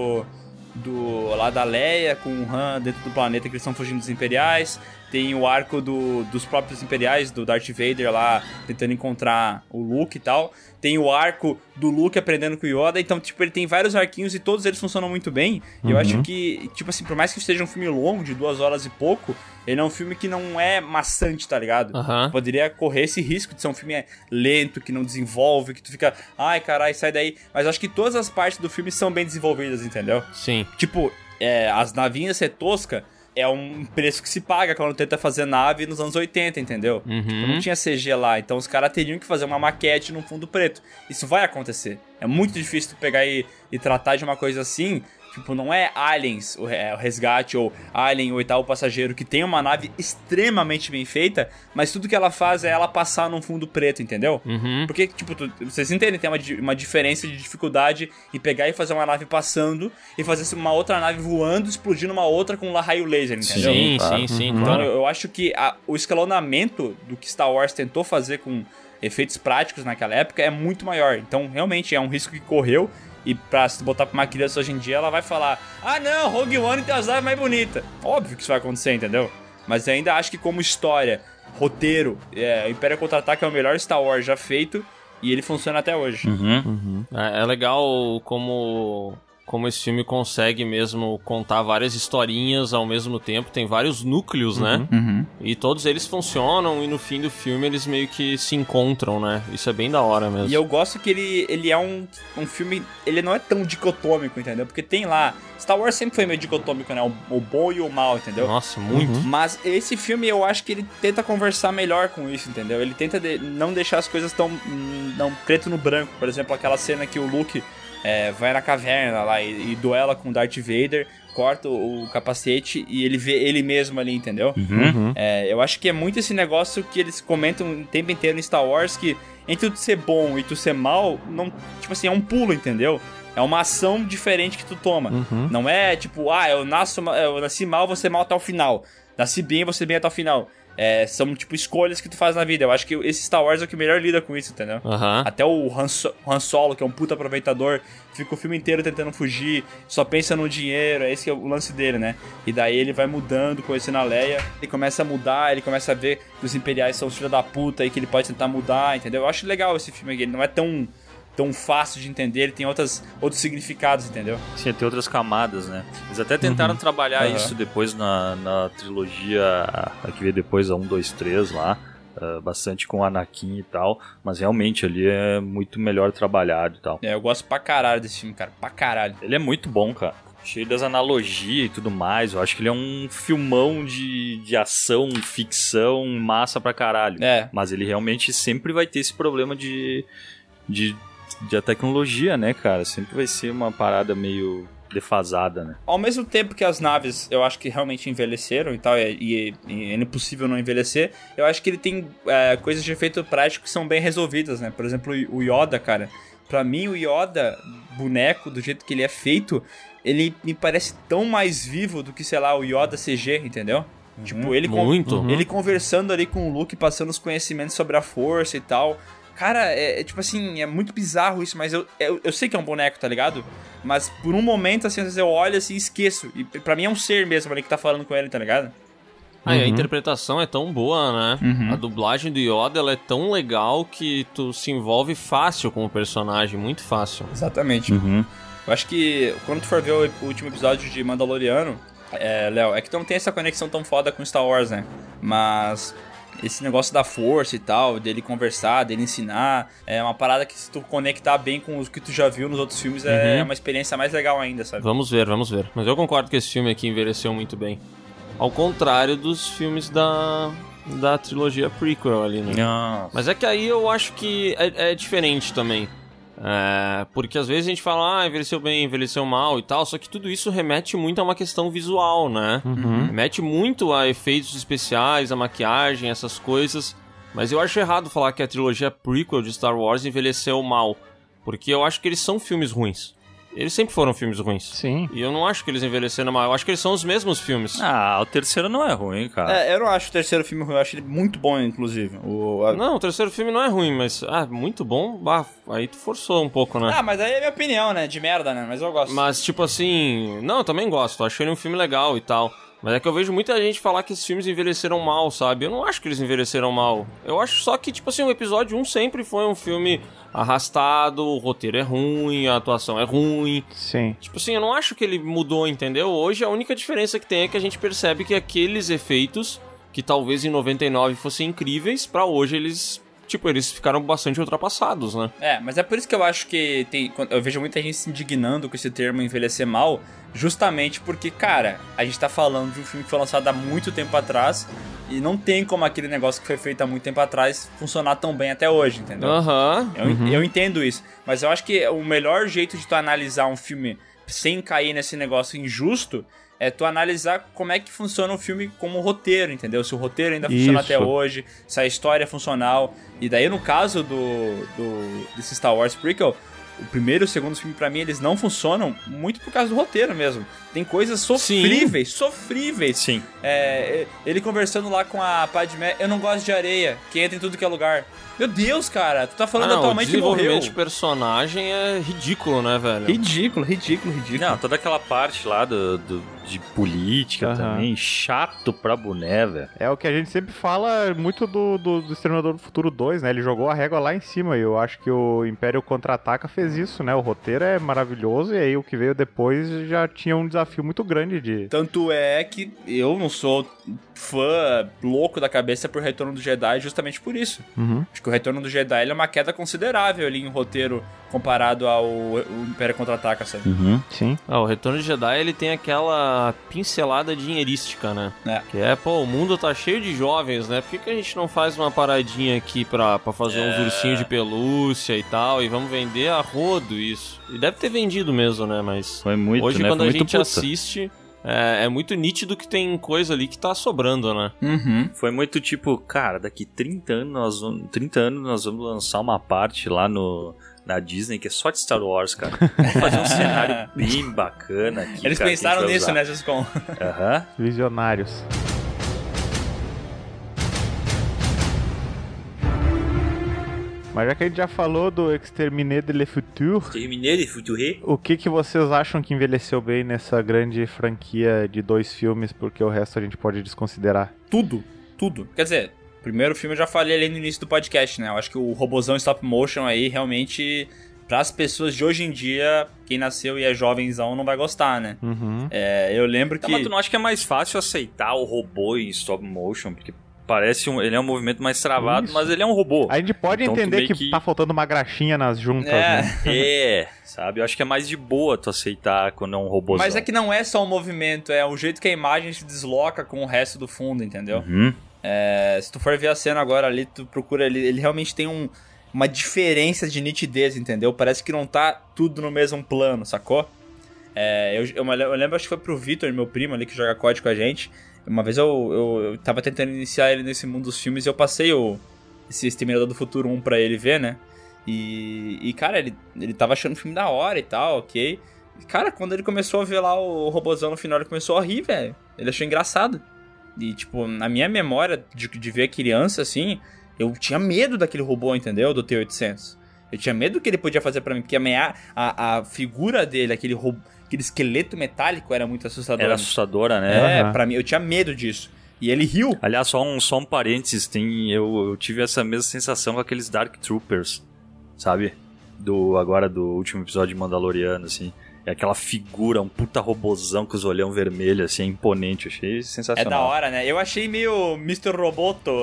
lá da Leia com o Han dentro do planeta que eles estão fugindo dos Imperiais. Tem o arco dos próprios Imperiais, do Darth Vader lá tentando encontrar o Luke e tal. Tem o arco do Luke aprendendo com o Yoda. Então, tipo, ele tem vários arquinhos e todos eles funcionam muito bem. E eu acho que, tipo assim, por mais que seja um filme longo, de 2 horas e pouco, ele é um filme que não é maçante, tá ligado? Poderia correr esse risco de ser um filme lento, que não desenvolve, que tu fica, ai, caralho, sai daí. Mas eu acho que todas as partes do filme são bem desenvolvidas, entendeu? Sim. Tipo, as navinhas ser tosca é um preço que se paga quando tenta fazer nave nos anos 80, entendeu? Tipo, não tinha CG lá, então os caras teriam que fazer uma maquete num fundo preto. Isso vai acontecer. É muito difícil tu pegar e tratar de uma coisa assim. Tipo, não é Aliens, o Resgate, ou Alien, o Oitavo Passageiro, que tem uma nave extremamente bem feita, mas tudo que ela faz é ela passar num fundo preto, entendeu? Porque, tipo, vocês entendem, tem uma diferença de dificuldade em pegar e fazer uma nave passando e fazer uma outra nave voando, explodindo uma outra com um raio laser, entendeu? Sim, Então, claro. eu acho que o escalonamento do que Star Wars tentou fazer com efeitos práticos naquela época é muito maior. Então, realmente, é um risco que correu. E pra se botar pra uma criança hoje em dia, ela vai falar, ah não, Rogue One tem as naves mais bonitas. Óbvio que isso vai acontecer, entendeu? Mas eu ainda acho que como história, roteiro, o Império Contra-Ataca é o melhor Star Wars já feito. E ele funciona até hoje. É legal como esse filme consegue mesmo contar várias historinhas ao mesmo tempo. Tem vários núcleos, né? E todos eles funcionam e no fim do filme eles meio que se encontram, né? Isso é bem da hora mesmo. E eu gosto que ele é um filme... Ele não é tão dicotômico, entendeu? Porque tem lá... Star Wars sempre foi meio dicotômico, né? O bom e o mal, entendeu? Nossa, muito. Mas esse filme eu acho que ele tenta conversar melhor com isso, entendeu? Ele tenta não deixar as coisas tão preto no branco. Por exemplo, aquela cena que o Luke... vai na caverna lá e duela com o Darth Vader, corta o capacete e ele vê ele mesmo ali, entendeu? Eu acho que é muito esse negócio que eles comentam o tempo inteiro em Star Wars, que entre tu ser bom e tu ser mal, não, tipo assim, é um pulo, entendeu? É uma ação diferente que tu toma. Não é tipo, eu nasci mal, vou ser mal até o final. Nasci bem, vou ser bem até o final. São, tipo, escolhas que tu faz na vida. Eu acho que esse Star Wars é o que melhor lida com isso, entendeu? Até o Han Solo, que é um puta aproveitador, fica o filme inteiro tentando fugir, só pensa no dinheiro, esse que é o lance dele, né? E daí ele vai mudando, conhecendo a Leia, ele começa a mudar, ele começa a ver que os Imperiais são os filhos da puta e que ele pode tentar mudar, entendeu? Eu acho legal esse filme aqui, ele não é tão fácil de entender, ele tem outros significados, entendeu? Sim, tem outras camadas, né? Eles até tentaram trabalhar isso depois na trilogia que veio depois, a 1, 2, 3 lá, bastante com o Anakin e tal, mas realmente ali é muito melhor trabalhado e tal. Eu gosto pra caralho desse filme, cara, pra caralho. Ele é muito bom, cara. Cheio das analogias e tudo mais. Eu acho que ele é um filmão de ação, ficção, massa pra caralho. Mas ele realmente sempre vai ter esse problema de a tecnologia, né, cara? Sempre vai ser uma parada meio defasada, né? Ao mesmo tempo que as naves, eu acho que realmente envelheceram e tal, e é impossível não envelhecer, eu acho que ele tem coisas de efeito prático que são bem resolvidas, né? Por exemplo, o Yoda, cara. Pra mim, o Yoda, boneco, do jeito que ele é feito, ele me parece tão mais vivo do que, sei lá, o Yoda CG, entendeu? Tipo, ele conversando ali com o Luke, passando os conhecimentos sobre a força e tal. Cara, tipo assim, é muito bizarro isso, mas eu sei que é um boneco, tá ligado? Mas por um momento, assim, às vezes eu olho assim e esqueço. E pra mim é um ser mesmo ali que tá falando com ele, tá ligado? E a interpretação é tão boa, né? A dublagem do Yoda, ela é tão legal que tu se envolve fácil com o personagem, muito fácil. Exatamente. Eu acho que quando tu for ver o último episódio de Mandaloriano, Léo, é que tu não tem essa conexão tão foda com Star Wars, né? Mas esse negócio da força e tal, dele conversar, dele ensinar, é uma parada que se tu conectar bem com o que tu já viu nos outros filmes, é uma experiência mais legal ainda, sabe? Vamos ver. Mas eu concordo que esse filme aqui envelheceu muito bem. Ao contrário dos filmes da trilogia prequel ali, né? Mas é que aí eu acho que é diferente também. Porque às vezes a gente fala, envelheceu bem, envelheceu mal e tal, só que tudo isso remete muito a uma questão visual, né? Remete muito a efeitos especiais, a maquiagem, essas coisas. Mas eu acho errado falar que a trilogia prequel de Star Wars envelheceu mal, porque eu acho que eles são filmes ruins. Eles sempre foram filmes ruins. Sim. E eu não acho que eles envelheceram mal. Eu acho que eles são os mesmos filmes. O terceiro não é ruim, cara. Eu não acho o terceiro filme ruim. Eu acho ele muito bom, inclusive. Não, o terceiro filme não é ruim, mas... muito bom? Aí tu forçou um pouco, né? Mas aí é minha opinião, né? De merda, né? Mas eu gosto. Mas, tipo assim... Não, eu também gosto. Acho ele um filme legal e tal. Mas é que eu vejo muita gente falar que esses filmes envelheceram mal, sabe? Eu não acho que eles envelheceram mal. Eu acho só que, tipo assim, o episódio 1 sempre foi um filme arrastado, o roteiro é ruim, a atuação é ruim. Sim. Tipo assim, eu não acho que ele mudou, entendeu? Hoje a única diferença que tem é que a gente percebe que aqueles efeitos, que talvez em 99 fossem incríveis, pra hoje eles ficaram bastante ultrapassados, né? Mas é por isso que eu acho que eu vejo muita gente se indignando com esse termo envelhecer mal, justamente porque, cara, a gente tá falando de um filme que foi lançado há muito tempo atrás e não tem como aquele negócio que foi feito há muito tempo atrás funcionar tão bem até hoje, entendeu? Eu entendo isso, mas eu acho que o melhor jeito de tu analisar um filme sem cair nesse negócio injusto é tu analisar como é que funciona o filme como roteiro, entendeu? Se o roteiro ainda funciona até hoje, se a história é funcional. E daí, no caso desse Star Wars prequel, o primeiro e o segundo filme, pra mim, eles não funcionam muito por causa do roteiro mesmo. Tem coisas sofríveis. Sim. Ele conversando lá com a Padmé, eu não gosto de areia, que entra em tudo que é lugar. Meu Deus, cara, tu tá falando atualmente que morreu. O desenvolvimento de personagem é ridículo, né, velho? Ridículo. Não, toda aquela parte lá de política também, chato pra boné, velho. É o que a gente sempre fala muito do Exterminador do Futuro 2, né? Ele jogou a régua lá em cima e eu acho que o Império Contra-Ataca fez isso, né? O roteiro é maravilhoso e aí o que veio depois já tinha um desafio muito grande de... Tanto é que eu não sou fã louco da cabeça por Retorno do Jedi justamente por isso. Acho que o Retorno do Jedi é uma queda considerável ali em roteiro comparado ao Império Contra-Ataca, sabe? Sim. O Retorno do Jedi, ele tem aquela pincelada dinheirística, né? Que o mundo tá cheio de jovens, né? Por que a gente não faz uma paradinha aqui pra fazer uns ursinhos de pelúcia e tal, e vamos vender a rodo isso? E deve ter vendido mesmo, né? Mas foi muito, hoje, né? quando foi a muito gente assiste... É muito nítido que tem coisa ali que tá sobrando, né? Foi muito tipo, cara, daqui 30 anos nós vamos lançar uma parte lá na Disney que é só de Star Wars, cara. Vamos fazer um cenário bem bacana aqui. Eles pensaram nisso, né, Giscon? Visionários. Mas já que a gente já falou do Exterminate le Futur, o que vocês acham que envelheceu bem nessa grande franquia de 2 filmes, porque o resto a gente pode desconsiderar? Tudo. Quer dizer, o primeiro filme eu já falei ali no início do podcast, né? Eu acho que o robozão stop motion aí realmente, para as pessoas de hoje em dia, quem nasceu e é jovenzão não vai gostar, né? Eu lembro que... Mas tu não acha que é mais fácil aceitar o robô em stop motion? Porque ele é um movimento mais travado, mas ele é um robô. A gente pode entender que tá faltando uma graxinha nas juntas, né? Sabe? Eu acho que é mais de boa tu aceitar quando é um robôzão. Mas é que não é só o movimento, é o jeito que a imagem se desloca com o resto do fundo, entendeu? Se tu for ver a cena agora ali, tu procura ele realmente tem uma diferença de nitidez, entendeu? Parece que não tá tudo no mesmo plano, sacou? Eu lembro, acho que foi pro Vitor, meu primo ali, que joga COD com a gente. Uma vez eu tava tentando iniciar ele nesse mundo dos filmes e eu passei esse Exterminador do Futuro 1 pra ele ver, né? E cara, ele tava achando o filme da hora e tal, ok? E, cara, quando ele começou a ver lá o robozão no final, ele começou a rir, velho. Ele achou engraçado. E, tipo, na minha memória de ver criança, assim, eu tinha medo daquele robô, entendeu? Do T-800. Eu tinha medo do que ele podia fazer pra mim, porque a figura dele, aquele esqueleto metálico era muito assustadora. Era assustadora, né? Pra mim, eu tinha medo disso. E ele riu. Aliás, só um parênteses, eu tive essa mesma sensação com aqueles Dark Troopers, sabe? Agora do último episódio de Mandaloriano, assim. aquela figura, um puta robozão com os olhão vermelhos, assim, imponente. Eu achei sensacional. É da hora, né? Eu achei meio Mr. Roboto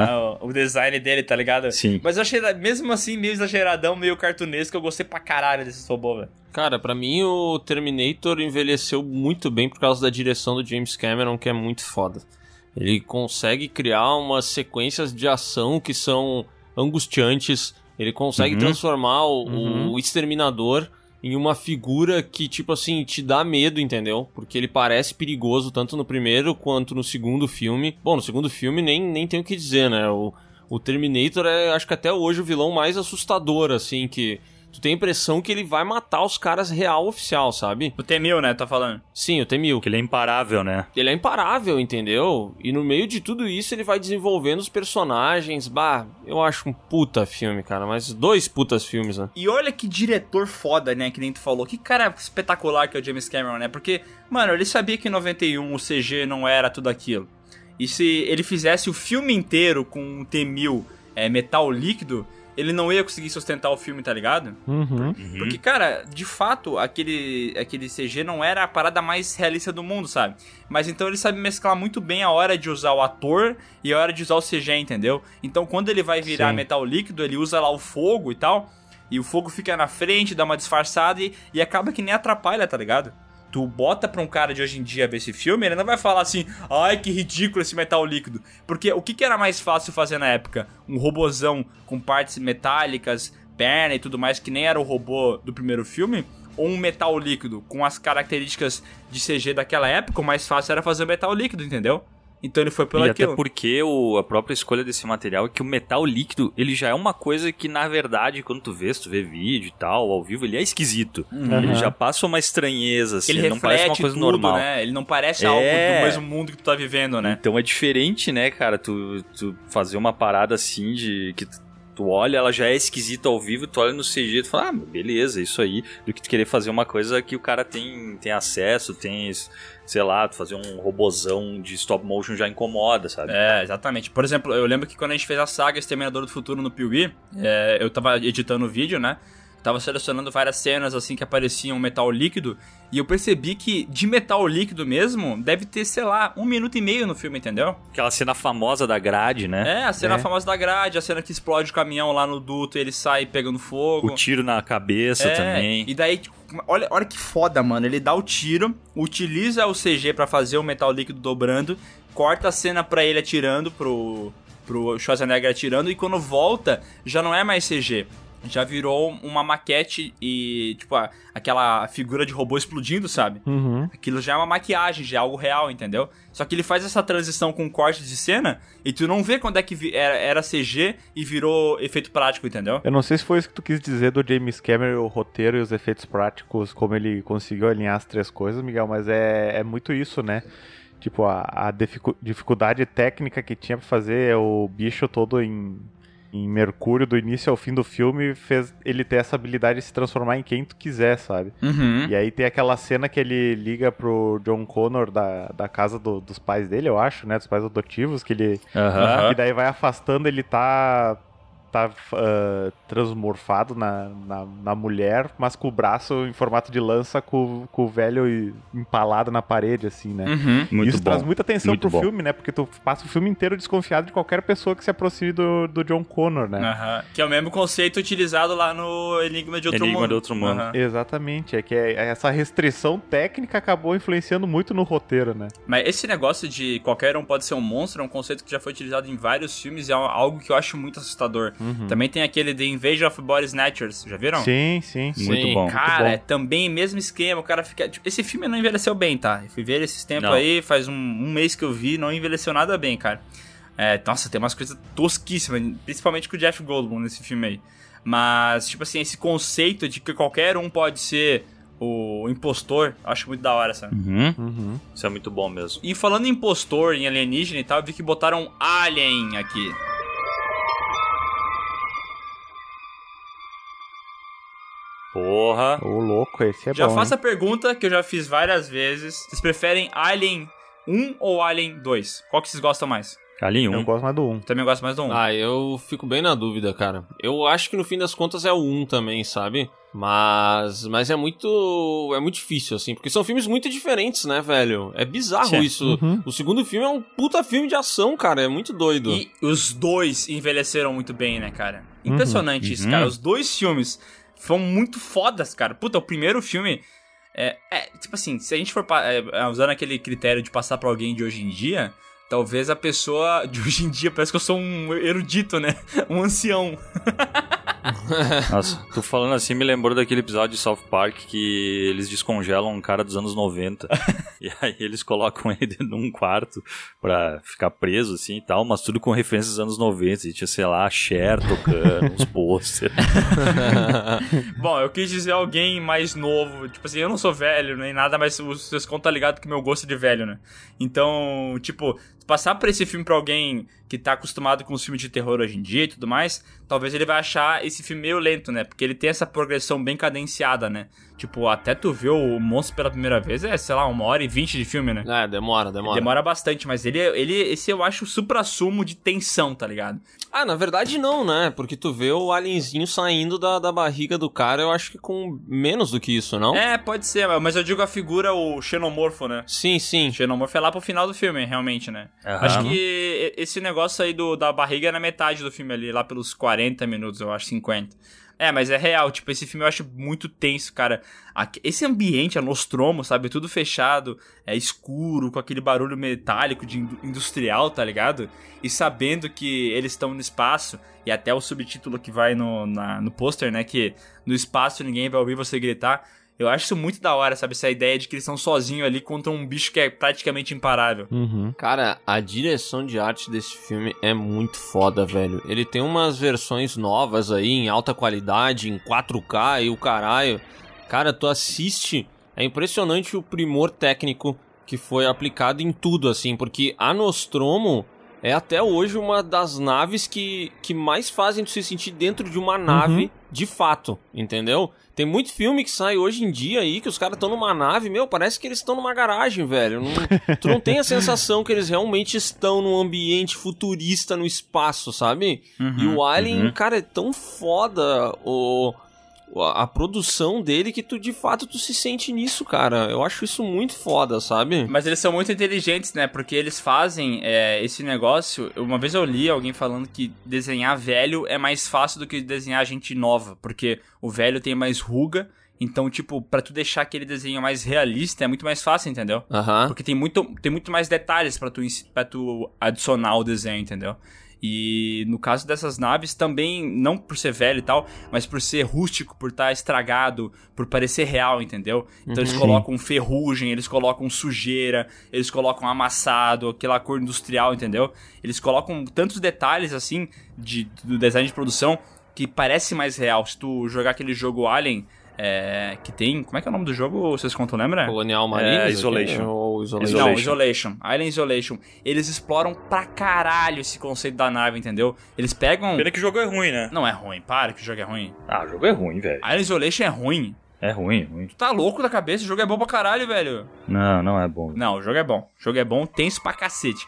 o design dele, tá ligado? Sim. Mas eu achei, mesmo assim, meio exageradão, meio cartunesco. Eu gostei pra caralho desses robôs, velho. Cara, pra mim o Terminator envelheceu muito bem por causa da direção do James Cameron, que é muito foda. Ele consegue criar umas sequências de ação que são angustiantes. Ele consegue transformar o Exterminador em uma figura que, tipo assim, te dá medo, entendeu? Porque ele parece perigoso tanto no primeiro quanto no segundo filme. Bom, no segundo filme nem tem o que dizer, né? O Terminator é, acho que até hoje, o vilão mais assustador, assim, que... Tu tem a impressão que ele vai matar os caras real oficial, sabe? O T-1000, né? Tá falando? Sim, o T-1000. Porque ele é imparável, né? Ele é imparável, entendeu? E no meio de tudo isso ele vai desenvolvendo os personagens. Bah, eu acho um puta filme, cara. Mas 2 putas filmes, né? E olha que diretor foda, né? Que nem tu falou. Que cara espetacular que é o James Cameron, né? Porque, mano, ele sabia que em 91 o CG não era tudo aquilo. E se ele fizesse o filme inteiro com um T-1000 metal líquido... ele não ia conseguir sustentar o filme, tá ligado? Porque, cara, de fato, aquele CG não era a parada mais realista do mundo, sabe? Mas então ele sabe mesclar muito bem a hora de usar o ator e a hora de usar o CG, entendeu? Então quando ele vai virar metal líquido, ele usa lá o fogo e tal, e o fogo fica na frente, dá uma disfarçada e acaba que nem atrapalha, tá ligado? Tu bota pra um cara de hoje em dia ver esse filme, ele não vai falar assim, ai, que ridículo esse metal líquido. Porque o que era mais fácil fazer na época? Um robozão com partes metálicas, perna e tudo mais, que nem era o robô do primeiro filme? Ou um metal líquido com as características de CG daquela época? O mais fácil era fazer metal líquido, entendeu? Então ele foi pelo aquilo. Até porque a própria escolha desse material é que o metal líquido, ele já é uma coisa que, na verdade, quando tu vê vídeo e tal, ao vivo, ele é esquisito. Ele já passa uma estranheza, assim, ele não parece uma coisa tudo, normal. Né? Ele não parece algo do mesmo mundo que tu tá vivendo, né? Então é diferente, né, cara, tu fazer uma parada assim de... que tu olha, ela já é esquisita ao vivo, tu olha no CG e tu fala, beleza, isso aí, do que tu querer fazer uma coisa que o cara tem acesso, tem, sei lá, tu fazer um robozão de stop motion já incomoda, sabe? É, exatamente. Por exemplo, eu lembro que quando a gente fez a saga Exterminador do Futuro no Piuí, eu tava editando o vídeo, né? Tava selecionando várias cenas assim que apareciam metal líquido, e eu percebi que de metal líquido mesmo, deve ter, sei lá, 1 minuto e meio no filme, entendeu? Aquela cena famosa da grade, né? A cena famosa da grade, a cena que explode o caminhão lá no duto e ele sai pegando fogo. O tiro na cabeça também. E daí, tipo, olha que foda, mano. Ele dá o tiro, utiliza o CG pra fazer o metal líquido dobrando, corta a cena pra ele atirando, pro Schwarzenegger atirando, e quando volta, já não é mais CG. Já virou uma maquete e, tipo, aquela figura de robô explodindo, sabe? Aquilo já é uma maquiagem, já é algo real, entendeu? Só que ele faz essa transição com cortes de cena e tu não vê quando é que era CG e virou efeito prático, entendeu? Eu não sei se foi isso que tu quis dizer do James Cameron, o roteiro e os efeitos práticos, como ele conseguiu alinhar as 3 coisas, Miguel, mas é muito isso, né? Tipo, a dificuldade técnica que tinha pra fazer o bicho todo em Mercúrio, do início ao fim do filme, fez ele ter essa habilidade de se transformar em quem tu quiser, sabe? E aí tem aquela cena que ele liga pro John Connor da casa dos pais dele, eu acho, né? Dos pais adotivos, que ele... E daí vai afastando, ele tá transmorfado na mulher, mas com o braço em formato de lança, com o velho empalado na parede, assim, né? Muito Isso bom. traz muita atenção pro filme, né? Porque tu passa o filme inteiro desconfiado de qualquer pessoa que se aproxime do John Connor, né? Que é o mesmo conceito utilizado lá no Enigma de Outro Mundo. Exatamente, é que essa restrição técnica acabou influenciando muito no roteiro, né? Mas esse negócio de qualquer um pode ser um monstro é um conceito que já foi utilizado em vários filmes e é algo que eu acho muito assustador. Também tem aquele The Invasion of Body Snatchers, já viram? Sim. Muito bom. Cara, também mesmo esquema, o cara fica... Tipo, esse filme não envelheceu bem, tá? Eu fui ver esses tempos aí, faz um mês que eu vi, não envelheceu nada bem, cara. Nossa, tem umas coisas tosquíssimas, principalmente com o Jeff Goldblum nesse filme aí. Mas, tipo assim, esse conceito de que qualquer um pode ser o impostor, acho muito da hora, sabe? Isso é muito bom mesmo. E falando em impostor, em alienígena e tal, eu vi que botaram Alien aqui. Porra. Ô, louco, esse é já bom. Faço a pergunta que eu já fiz várias vezes. Vocês preferem Alien 1 ou Alien 2? Qual que vocês gostam mais? Alien 1. Eu gosto mais do 1. Também gosto mais do 1. Ah, eu fico bem na dúvida, cara. Eu acho que no fim das contas é o 1 também, sabe? Mas é muito difícil, assim, porque são filmes muito diferentes, né, velho? É bizarro isso. O segundo filme é um puta filme de ação, cara, é muito doido. E os dois envelheceram muito bem, né, cara? Impressionante isso, cara. Os dois filmes foram muito fodas, cara. Puta, o primeiro filme... tipo assim, se a gente for usando aquele critério de passar pra alguém de hoje em dia... Talvez a pessoa de hoje em dia, parece que eu sou um erudito, né? Um ancião. Nossa, tu falando assim me lembrou daquele episódio de South Park que eles descongelam um cara dos anos 90. E aí eles colocam ele dentro de um quarto pra ficar preso assim e tal, mas tudo com referências dos anos 90. E tinha, sei lá, a Cher tocando, uns pôster. Bom, eu quis dizer alguém mais novo. Tipo assim, eu não sou velho nem nada, mas vocês contam ligado que meu gosto é de velho, né? Então, tipo... Passar por esse filme pra alguém que tá acostumado com os filmes de terror hoje em dia e tudo mais, talvez ele vai achar esse filme meio lento, né? Porque ele tem essa progressão bem cadenciada, né? Tipo, até tu ver o monstro pela primeira vez sei lá, 1h20 de filme, né? Demora. Demora bastante, mas esse eu acho o supra-sumo de tensão, tá ligado? Ah, na verdade não, né? Porque tu vê o alienzinho saindo da barriga do cara, eu acho que com menos do que isso, não? Pode ser, mas eu digo a figura, o xenomorfo, né? Sim. O xenomorfo é lá pro final do filme, realmente, né? Acho que esse negócio aí da barriga é na metade do filme ali, lá pelos 40 minutos, eu acho, 50. Mas é real, tipo, esse filme eu acho muito tenso, cara. Esse ambiente, a Nostromo, sabe, tudo fechado, escuro, com aquele barulho metálico de industrial, tá ligado? E sabendo que eles estão no espaço, e até o subtítulo que vai no pôster, né, que no espaço ninguém vai ouvir você gritar. Eu acho isso muito da hora, sabe? Essa ideia de que eles estão sozinhos ali contra um bicho que é praticamente imparável. Cara, a direção de arte desse filme é muito foda, velho. Ele tem umas versões novas aí, em alta qualidade, em 4K e o caralho. Cara, tu assiste, é impressionante o primor técnico que foi aplicado em tudo, assim, porque a Nostromo é até hoje uma das naves que mais fazem tu se sentir dentro de uma nave de fato, entendeu? Tem muito filme que sai hoje em dia aí que os caras estão numa nave, parece que eles estão numa garagem, velho. Tu não tem a sensação que eles realmente estão num ambiente futurista no espaço, sabe? E o Alien, cara, é tão foda a produção dele que de fato tu se sente nisso, cara. Eu acho isso muito foda, sabe? Mas eles são muito inteligentes, né? Porque eles fazem esse negócio... Uma vez eu li alguém falando que desenhar velho é mais fácil do que desenhar gente nova. Porque o velho tem mais ruga. Então, tipo, pra tu deixar aquele desenho mais realista é muito mais fácil, entendeu? Porque tem muito mais detalhes pra tu adicionar ao desenho, entendeu? E no caso dessas naves também, não por ser velho e tal, mas por ser rústico, por estar estragado, por parecer real, entendeu? Então eles colocam ferrugem, eles colocam sujeira, eles colocam amassado, aquela cor industrial, entendeu? Eles colocam tantos detalhes assim do design de produção que parece mais real. Se tu jogar aquele jogo Alien... que tem... Como é que é o nome do jogo? Vocês contam, lembra? Colonial Marines? Isolation. Não, Isolation. Alien Isolation. Eles exploram pra caralho esse conceito da nave, entendeu? Eles pegam... Pena que o jogo é ruim, né? Não é ruim, para que o jogo é ruim. O jogo é ruim, velho. Alien Isolation é ruim. É ruim. Tu tá louco da cabeça? O jogo é bom pra caralho, velho. Não é bom. Não, o jogo é bom. O jogo é bom, tenso pra cacete.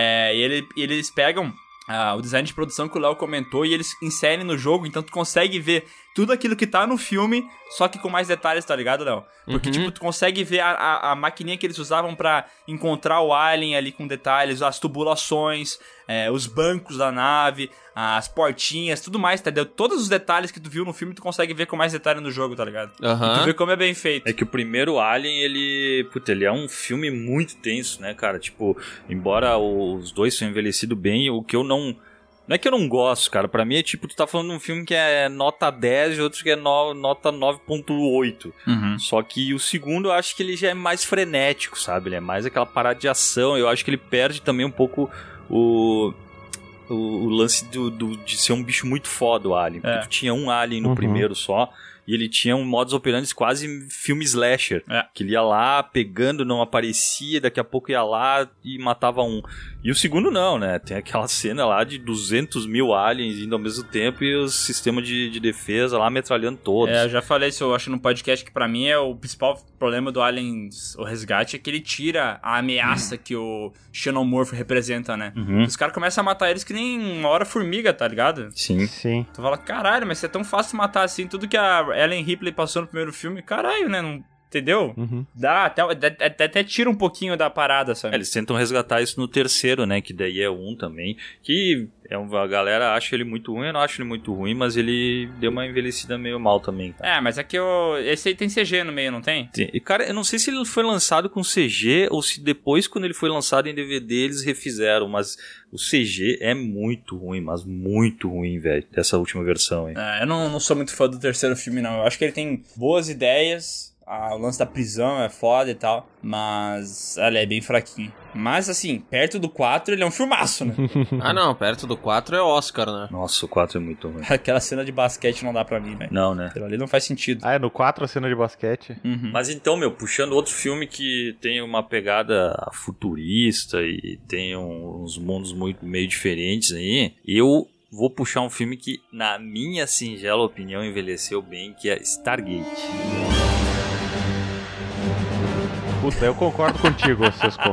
E eles pegam... o design de produção que o Léo comentou e eles inserem no jogo, então tu consegue ver tudo aquilo que tá no filme, só que com mais detalhes, tá ligado, Léo? Porque, tipo, tu consegue ver a maquininha que eles usavam pra encontrar o Alien ali com detalhes, as tubulações, os bancos da nave, as portinhas, tudo mais, tá ligado? Todos os detalhes que tu viu no filme, tu consegue ver com mais detalhe no jogo, tá ligado? E tu vê como é bem feito. É que o primeiro Alien, ele é um filme muito tenso, né, cara? Tipo, embora os dois tenham envelhecido bem, o que eu não é que eu não gosto, cara. Pra mim é tipo, tu tá falando de um filme que é nota 10 e outro que é nota 9.8. Só que o segundo eu acho que ele já é mais frenético, sabe? Ele é mais aquela parada de ação. Eu acho que ele perde também um pouco o lance de ser um bicho muito foda, o Alien. Porque tu tinha um Alien no primeiro só. e ele tinha um modus operandi quase filme slasher. Que ele ia lá, pegando, não aparecia, daqui a pouco ia lá e matava um. E o segundo não, né? Tem aquela cena lá de 200 mil aliens indo ao mesmo tempo e o sistema de defesa lá metralhando todos. Eu já falei isso, eu acho, no podcast, que pra mim é o principal problema do Aliens, o Resgate, é que ele tira a ameaça que o Xenomorph representa, né? Os caras começam a matar eles que nem uma hora formiga, tá ligado? Sim. Tu fala, caralho, mas é tão fácil matar assim, tudo que a Ellen Ripley passou no primeiro filme, caralho, né? Não... Entendeu? Dá, até tira um pouquinho da parada, sabe? Eles tentam resgatar isso no terceiro, né? Que daí é um também. Que a galera acha ele muito ruim, eu não acho ele muito ruim, mas ele deu uma envelhecida meio mal também. Cara. Mas é que esse aí tem CG no meio, não tem? E, cara, eu não sei se ele foi lançado com CG ou se depois, quando ele foi lançado em DVD, eles refizeram, mas o CG é muito ruim, mas muito ruim, velho, dessa última versão, hein? Eu não sou muito fã do terceiro filme, não. Eu acho que ele tem boas ideias. O lance da prisão é foda e tal, mas ele é bem fraquinho. Mas assim, perto do 4 ele é um filmaço, né? Não, perto do 4 é Oscar, né? Nossa, o 4 é muito ruim. Aquela cena de basquete não dá pra mim, velho. Não, né? Aquilo ali não faz sentido. É no 4 a cena de basquete. Mas então, puxando outro filme que tem uma pegada futurista e tem uns mundos meio diferentes aí, eu vou puxar um filme que, na minha singela opinião, envelheceu bem, que é Stargate. Puta, eu concordo contigo, Sesco.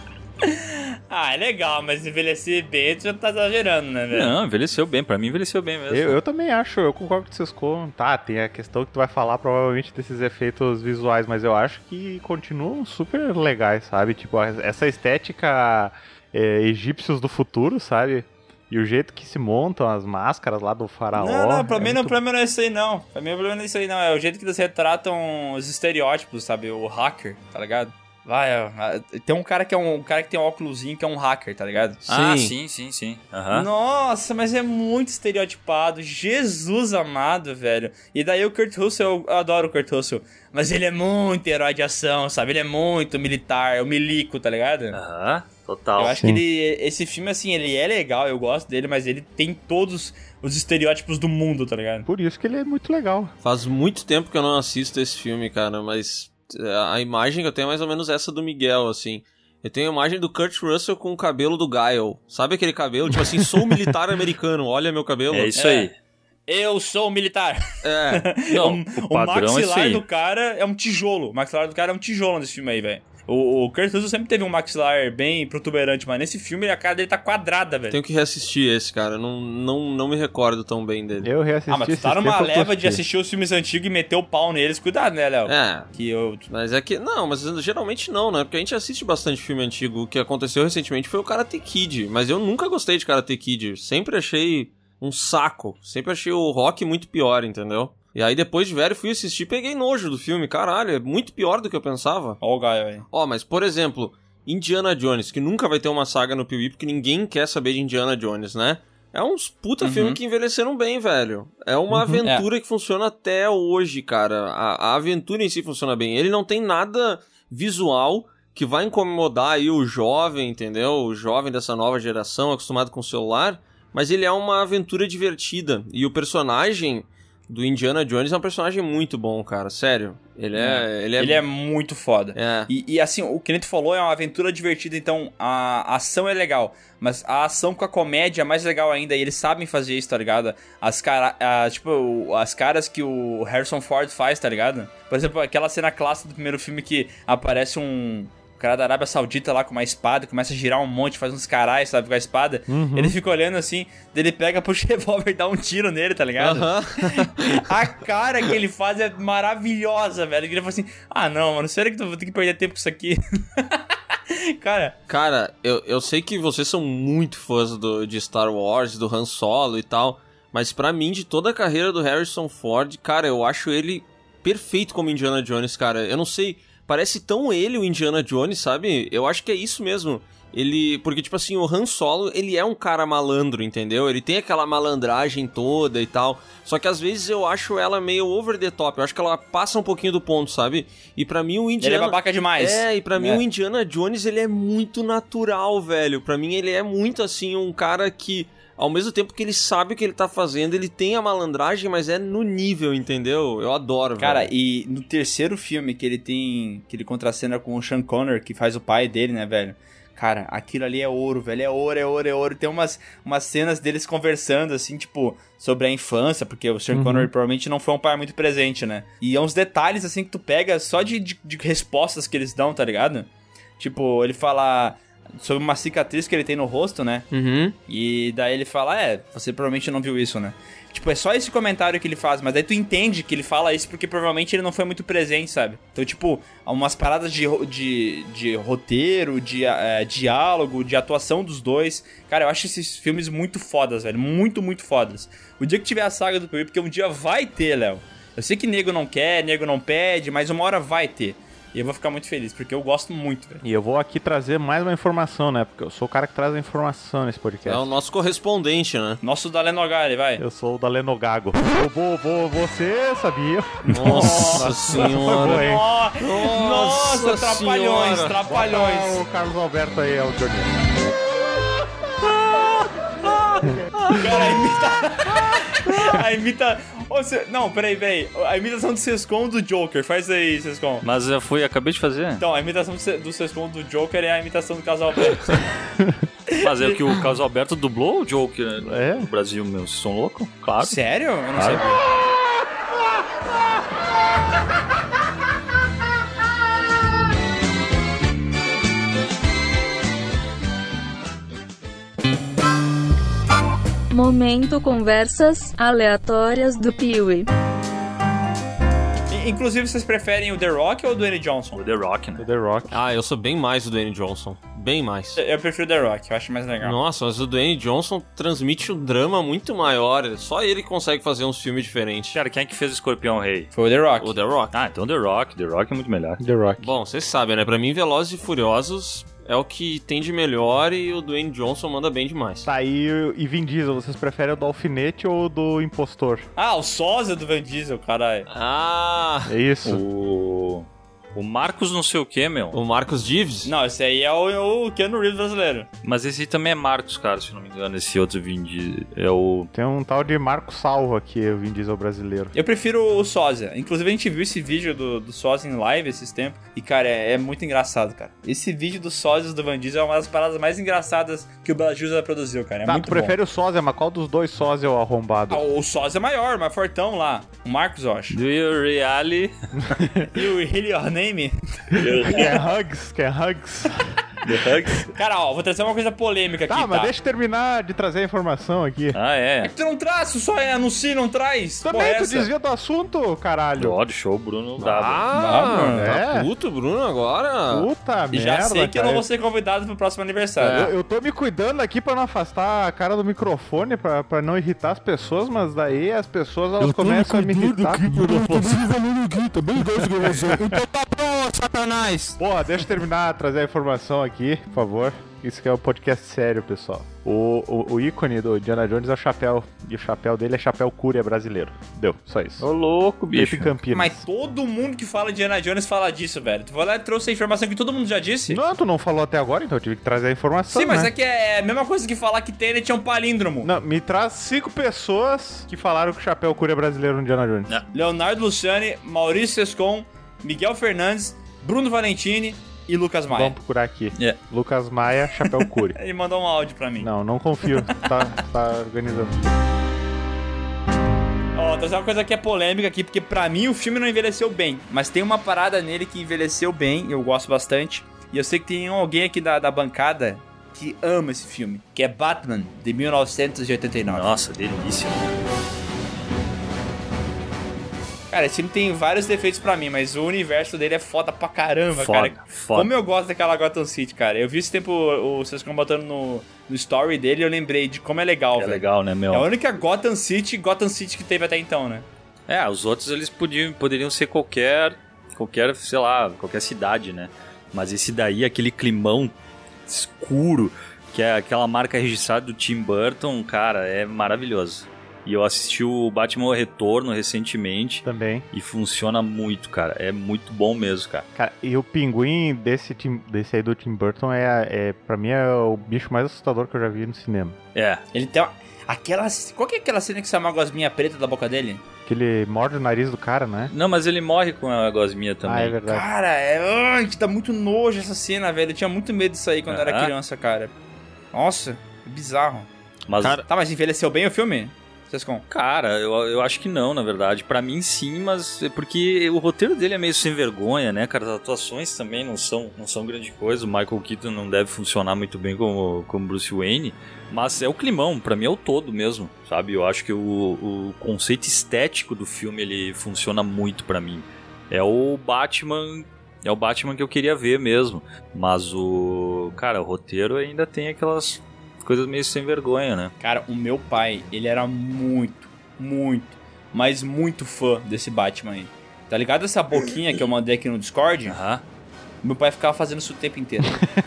É legal, mas envelhecer bem, tu já tá exagerando, né, velho? Não, envelheceu bem, pra mim envelheceu bem mesmo. Eu também acho, eu concordo com o Sesco. Tá, tem a questão que tu vai falar provavelmente desses efeitos visuais, mas eu acho que continuam super legais, sabe? Tipo, essa estética egípcios do futuro, sabe? E o jeito que se montam as máscaras lá do faraó. Não, pra mim não é isso aí, não. Pra mim o problema não é isso aí, não. É o jeito que eles retratam os estereótipos, sabe? O hacker, tá ligado? Tem um cara que tem um óculosinho que é um hacker, tá ligado? Sim. Nossa, mas é muito estereotipado. Jesus amado, velho. E daí o Kurt Russell, eu adoro o Kurt Russell, mas ele é muito herói de ação, sabe? Ele é muito militar, é o milico, tá ligado? Total. Eu acho que esse filme, assim, ele é legal, eu gosto dele, mas ele tem todos os estereótipos do mundo, tá ligado? Por isso que ele é muito legal. Faz muito tempo que eu não assisto esse filme, cara, mas a imagem que eu tenho é mais ou menos essa do Miguel, assim. Eu tenho a imagem do Kurt Russell com o cabelo do Guile. Sabe aquele cabelo? Tipo assim, sou militar americano, olha meu cabelo. É isso aí. Eu sou militar. Não, o padrão maxilar é esse aí. do cara é um tijolo. O maxilar do cara é um tijolo nesse filme aí, velho. O Kurt Russell sempre teve um maxilar bem protuberante, mas nesse filme a cara dele tá quadrada, velho. Tenho que reassistir esse, cara. Não me recordo tão bem dele. Eu reassisti. Mas tu tá numa leva de assistir os filmes antigos e meter o pau neles. Cuidado, né, Léo? Mas é que... Não, mas geralmente não, né? Porque a gente assiste bastante filme antigo. O que aconteceu recentemente foi o Karate Kid. Mas eu nunca gostei de Karate Kid. Sempre achei um saco. Sempre achei o Rock muito pior, entendeu? E aí depois de velho fui assistir e peguei nojo do filme. Caralho, é muito pior do que eu pensava. Ó o Gaio aí. Mas por exemplo, Indiana Jones, que nunca vai ter uma saga no Piuí porque ninguém quer saber de Indiana Jones, né? É uns puta filme que envelheceram bem, velho. É uma aventura que funciona até hoje, cara. A aventura em si funciona bem. Ele não tem nada visual que vai incomodar aí o jovem, entendeu? O jovem dessa nova geração, acostumado com o celular. Mas ele é uma aventura divertida. E o personagem do Indiana Jones é um personagem muito bom, cara. Sério. Ele é muito foda. E assim, o que a gente falou é uma aventura divertida, então a ação é legal. Mas a ação com a comédia é mais legal ainda. E eles sabem fazer isso, tá ligado? As caras que o Harrison Ford faz, tá ligado? Por exemplo, aquela cena clássica do primeiro filme que aparece um cara da Arábia Saudita lá com uma espada, começa a girar um monte, faz uns carais, sabe, com a espada. Ele fica olhando assim, daí ele pega, puxa o revólver e dá um tiro nele, tá ligado? A cara que ele faz é maravilhosa, velho. Ele fala assim, não, mano, sério que tu vai ter que perder tempo com isso aqui? Cara, eu sei que vocês são muito fãs de Star Wars, do Han Solo e tal, mas pra mim, de toda a carreira do Harrison Ford, cara, eu acho ele perfeito como Indiana Jones, cara. Eu não sei... Parece tão ele, o Indiana Jones, sabe? Eu acho que é isso mesmo. Porque, tipo assim, o Han Solo, ele é um cara malandro, entendeu? Ele tem aquela malandragem toda e tal. Só que às vezes eu acho ela meio over the top. Eu acho que ela passa um pouquinho do ponto, sabe? E pra mim o Indiana... Ele é babaca demais. E pra mim o Indiana Jones, ele é muito natural, velho. Pra mim ele é muito, assim, um cara que... ao mesmo tempo que ele sabe o que ele tá fazendo, ele tem a malandragem, mas é no nível, entendeu? Eu adoro, cara, velho. E no terceiro filme que ele contracena com o Sean Connery, que faz o pai dele, né, velho? Cara, aquilo ali é ouro, velho. É ouro. Tem umas cenas deles conversando, assim, tipo, sobre a infância, porque o Sean Connery provavelmente não foi um pai muito presente, né? E é uns detalhes, assim, que tu pega só de respostas que eles dão, tá ligado? Tipo, ele fala sobre uma cicatriz que ele tem no rosto, né? E daí ele fala, você provavelmente não viu isso, né? Tipo, é só esse comentário que ele faz, mas daí tu entende que ele fala isso porque provavelmente ele não foi muito presente, sabe? Então, tipo, umas paradas de roteiro, de diálogo, de atuação dos dois. Cara, eu acho esses filmes muito fodas, velho. Muito, muito fodas. O dia que tiver a saga do Piuí, porque um dia vai ter, Léo. Eu sei que nego não quer, nego não pede, mas uma hora vai ter. E eu vou ficar muito feliz, porque eu gosto muito, velho. E eu vou aqui trazer mais uma informação, né? Porque eu sou o cara que traz a informação nesse podcast. É o nosso correspondente, né? Nosso da Lenogari, vai. Eu sou o da Lenogago. Você sabia? Nossa senhora. Nossa, trapalhões. Bota o Carlos Alberto aí, é o Johnny. Cara, Não, peraí. A imitação do Sescon do Joker. Faz aí, Sescon. Mas acabei de fazer. Então, a imitação do Sescon do Joker é a imitação do Carlos Alberto. Mas é o que o Carlos Alberto dublou o Joker, né? É? No Brasil, meu. Vocês são loucos? Claro. Sério? Eu não Claro. sabia. Momento conversas aleatórias do Piuí. Inclusive, vocês preferem o The Rock ou o Dwayne Johnson? O The Rock, né? O The Rock. Ah, eu sou bem mais o Dwayne Johnson. Bem mais. Eu prefiro o The Rock, eu acho mais legal. Nossa, mas o Dwayne Johnson transmite um drama muito maior. Só ele consegue fazer uns filmes diferentes. Cara, quem é que fez o Escorpião Rei? Foi o The Rock. O The Rock. Ah, então The Rock. The Rock é muito melhor. The Rock. Bom, vocês sabem, né? Pra mim, Velozes e Furiosos é o que tem de melhor e o Dwayne Johnson manda bem demais. Tá, e Vin Diesel, vocês preferem o do alfinete ou o do impostor? Ah, o sósia do Vin Diesel, caralho. Ah! É isso? O Marcos não sei o que, meu. O Marcos Dives? Não, esse aí é o Keanu Reeves brasileiro. Mas esse aí também é Marcos, cara, se não me engano. Esse outro Vin Diesel é o... Tem um tal de Marco Salvo aqui, o Vin Diesel brasileiro. Eu prefiro o sósia. Inclusive, a gente viu esse vídeo do sósia em live esses tempos. E, cara, é muito engraçado, cara. Esse vídeo dos sósias do Vin Diesel é uma das paradas mais engraçadas que o Brasil já produziu, cara. É Tá, muito tu prefere o sósia, mas qual dos dois sósia é o arrombado? bom. O sósia é maior, mais fortão lá. O Marcos, eu acho. Do you really? You really your name? Quer hugs? The Hugs? Cara, ó, vou trazer uma coisa polêmica aqui, Tá, tá? mas deixa eu terminar de trazer a informação aqui. Ah, É é. que tu não traz, tu só anuncia e não traz. Também Porra, tu essa? desvia do assunto, caralho. Ó, show, Bruno Dava. Ah, tá É. puto, Bruno, agora? Puta E merda, já sei que eu cara. não vou ser convidado pro próximo aniversário. Eu tô me cuidando aqui pra não afastar a cara do microfone, pra não irritar as pessoas, mas daí as pessoas elas começam a me irritar. Então tá bom, Satanás! Porra, deixa eu terminar, trazer a informação aqui, por favor. Isso que é um podcast sério, pessoal. O ícone do Indiana Jones é o chapéu. E o chapéu dele é chapéu Cúria brasileiro. Deu, só isso. Ô, louco, Feito bicho. em Campinas. Mas todo mundo que fala de Indiana Jones fala disso, velho. Tu vai lá e trouxe a informação que todo mundo já disse. Não, tu não falou até agora, então eu tive que trazer a informação, Sim, mas né? é que é a mesma coisa que falar que Tenet é um palíndromo. Não, me traz 5 pessoas que falaram que o chapéu Cúria é brasileiro no Indiana Jones. Não. Leonardo Luciani, Maurício Sescon, Miguel Fernandes, Bruno Valentini e Lucas Maia. Vamos procurar aqui. Yeah. Lucas Maia, chapéu Cúria. Ele mandou um áudio pra mim. Não confio. Tá organizando. Ó, trazer uma coisa que é polêmica aqui, porque pra mim o filme não envelheceu bem. Mas tem uma parada nele que envelheceu bem, eu gosto bastante. E eu sei que tem alguém aqui da bancada que ama esse filme, que é Batman, de 1989. Nossa, delícia. Cara, esse filme tem vários defeitos pra mim, mas o universo dele é foda pra caramba, Foda, cara. foda. Como eu gosto daquela Gotham City, cara. Eu vi esse tempo o Sescon botando no story dele e eu lembrei de como é legal, É velho. legal, né, meu? É a única Gotham City que teve até então, né? É, os outros eles poderiam ser qualquer, sei lá, qualquer cidade, né? Mas esse daí, aquele climão escuro, que é aquela marca registrada do Tim Burton, cara, é maravilhoso. E eu assisti o Batman Retorno recentemente. Também. E funciona muito, cara. É muito bom mesmo, cara. Cara, e o pinguim desse aí do Tim Burton pra mim é o bicho mais assustador que eu já vi no cinema. É. Ele tem qual que é aquela cena que sai uma gosminha preta da boca dele? Que ele morde o nariz do cara, né? Não, mas ele morre com a gosminha também. Ah, é verdade. Cara, dá muito nojo essa cena, velho. Eu tinha muito medo disso aí quando eu era criança, cara. Nossa, bizarro. Mas, cara, tá, mas envelheceu bem o filme? Sescon? Cara, eu acho que não, na verdade. Pra mim, sim, mas é porque o roteiro dele é meio sem vergonha, né, cara? As atuações também não são grande coisa. O Michael Keaton não deve funcionar muito bem como Bruce Wayne, mas é o climão, pra mim é o todo mesmo, sabe? Eu acho que o conceito estético do filme, ele funciona muito pra mim. É o Batman que eu queria ver mesmo, mas o roteiro ainda tem aquelas coisas meio sem vergonha, né? Cara, o meu pai, ele era muito, mas muito fã desse Batman aí. Tá ligado essa boquinha que eu mandei aqui no Discord? Aham. Meu pai ficava fazendo isso o tempo inteiro.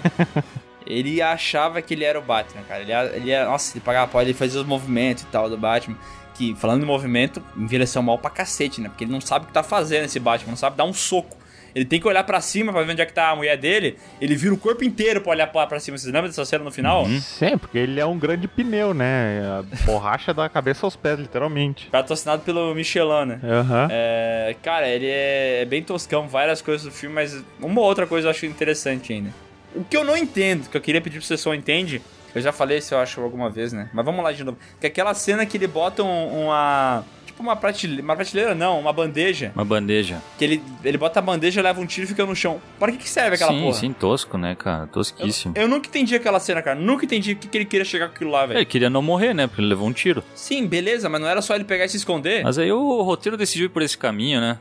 Ele achava que ele era o Batman, cara. Nossa, ele pagava pau, ele fazia os movimentos e tal do Batman. Que, falando em movimento, envelheceu mal pra cacete, né? Porque ele não sabe o que tá fazendo esse Batman, não sabe dar um soco. Ele tem que olhar pra cima pra ver onde é que tá a mulher dele. Ele vira o corpo inteiro pra olhar pra cima. Vocês lembram dessa cena no final? Sim, porque ele é um grande pneu, né? A borracha da cabeça aos pés, literalmente. Patrocinado pelo Michelin, né? Aham. Cara, ele é bem toscão, várias coisas do filme, mas uma ou outra coisa eu acho interessante ainda. O que eu não entendo, que eu queria pedir pra você só entende, eu já falei isso, eu acho, alguma vez, né? Mas vamos lá de novo. Que é aquela cena que ele bota uma prateleira não, uma bandeja. Uma bandeja. Que ele bota a bandeja, leva um tiro e fica no chão. Para que serve aquela porra? Sim, tosco, né, cara? Tosquíssimo. Eu nunca entendi aquela cena, cara. Nunca entendi o que ele queria chegar com aquilo lá, velho. Ele queria não morrer, né? Porque ele levou um tiro. Sim, beleza, mas não era só ele pegar e se esconder. Mas aí o roteiro decidiu ir por esse caminho, né?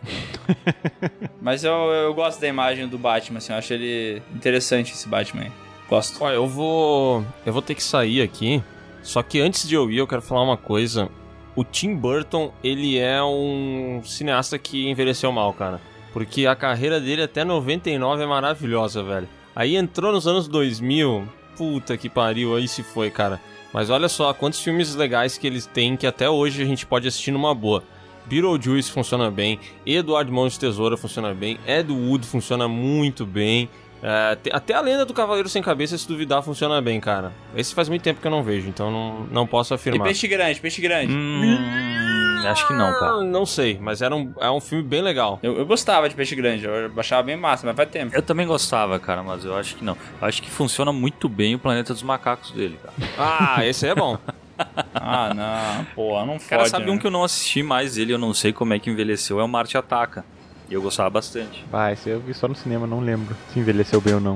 Mas eu gosto da imagem do Batman, assim. Eu acho ele interessante, esse Batman aí. Gosto. Olha, eu vou ter que sair aqui. Só que antes de eu ir, eu quero falar uma coisa. O Tim Burton, ele é um cineasta que envelheceu mal, cara. Porque a carreira dele até 99 é maravilhosa, velho. Aí entrou nos anos 2000, puta que pariu, aí se foi, cara. Mas olha só quantos filmes legais que eles têm que até hoje a gente pode assistir numa boa. Beetlejuice funciona bem, Eduardo Mãos de Tesoura funciona bem, Ed Wood funciona muito bem. Até a Lenda do Cavaleiro Sem Cabeça, se duvidar, funciona bem, cara. Esse faz muito tempo que eu não vejo, então não posso afirmar. E Peixe Grande? Acho que não, cara. Não sei, mas é um filme bem legal. Eu gostava de Peixe Grande, eu achava bem massa, mas faz tempo. Eu também gostava, cara, mas eu acho que não. Eu acho que funciona muito bem o Planeta dos Macacos dele, cara. Ah, esse aí é bom. Ah, não, porra, não fode. Cara, sabe um que eu não assisti mais ele, eu não sei como é que envelheceu, é o Marte Ataca. E eu gostava bastante. Esse eu vi só no cinema, não lembro se envelheceu bem ou não.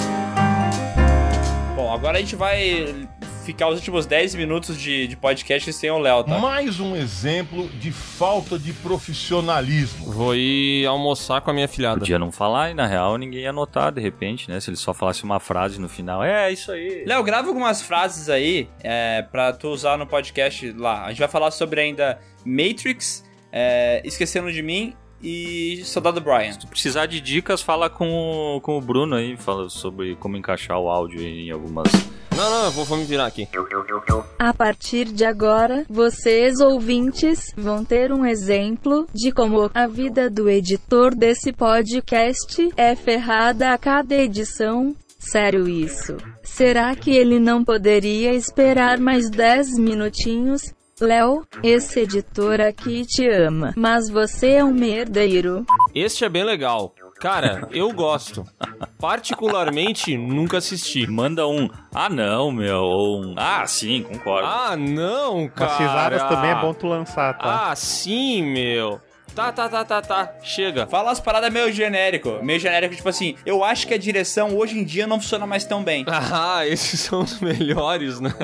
Bom, agora a gente vai ficar os últimos 10 minutos de podcast sem o Léo, tá? Mais um exemplo de falta de profissionalismo. Vou ir almoçar com a minha filhada. Podia não falar e, na real, ninguém ia notar, de repente, né? Se ele só falasse uma frase no final. É isso aí. Léo, grava algumas frases aí pra tu usar no podcast lá. A gente vai falar sobre ainda Matrix, Esquecendo de Mim e Soldado Brian. Se tu precisar de dicas, fala com o Bruno aí, fala sobre como encaixar o áudio em algumas... Não, eu vou me virar aqui. A partir de agora, vocês ouvintes vão ter um exemplo de como a vida do editor desse podcast é ferrada a cada edição. Sério isso? Será que ele não poderia esperar mais 10 minutinhos? Léo, esse editor aqui te ama, mas você é um merdeiro. Este é bem legal. Cara, eu gosto. Particularmente, nunca assisti. Manda um, não, meu, ou um, sim, concordo. Não, cara. As risadas também é bom tu lançar, tá? Sim, meu. Tá. Chega. Fala umas paradas meio genérico, tipo assim, eu acho que a direção hoje em dia não funciona mais tão bem. Esses são os melhores, né?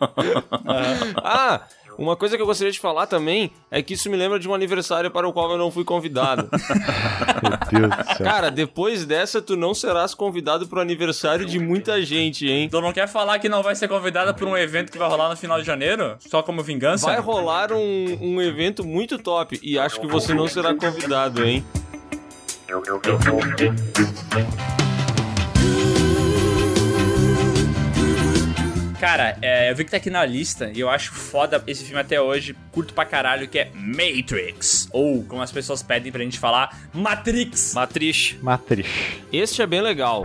Uma coisa que eu gostaria de falar também é que isso me lembra de um aniversário para o qual eu não fui convidado. Meu Deus do céu. Cara, depois dessa, tu não serás convidado pro aniversário de muita gente, hein? Tu não quer falar que não vai ser convidada por um evento que vai rolar no final de janeiro? Só como vingança? Vai rolar um evento muito top e acho que você não será convidado, hein? Cara, eu vi que tá aqui na lista e eu acho foda esse filme até hoje, curto pra caralho, que é Matrix. Ou, como as pessoas pedem pra gente falar, Matrix. Matrix. Este é bem legal.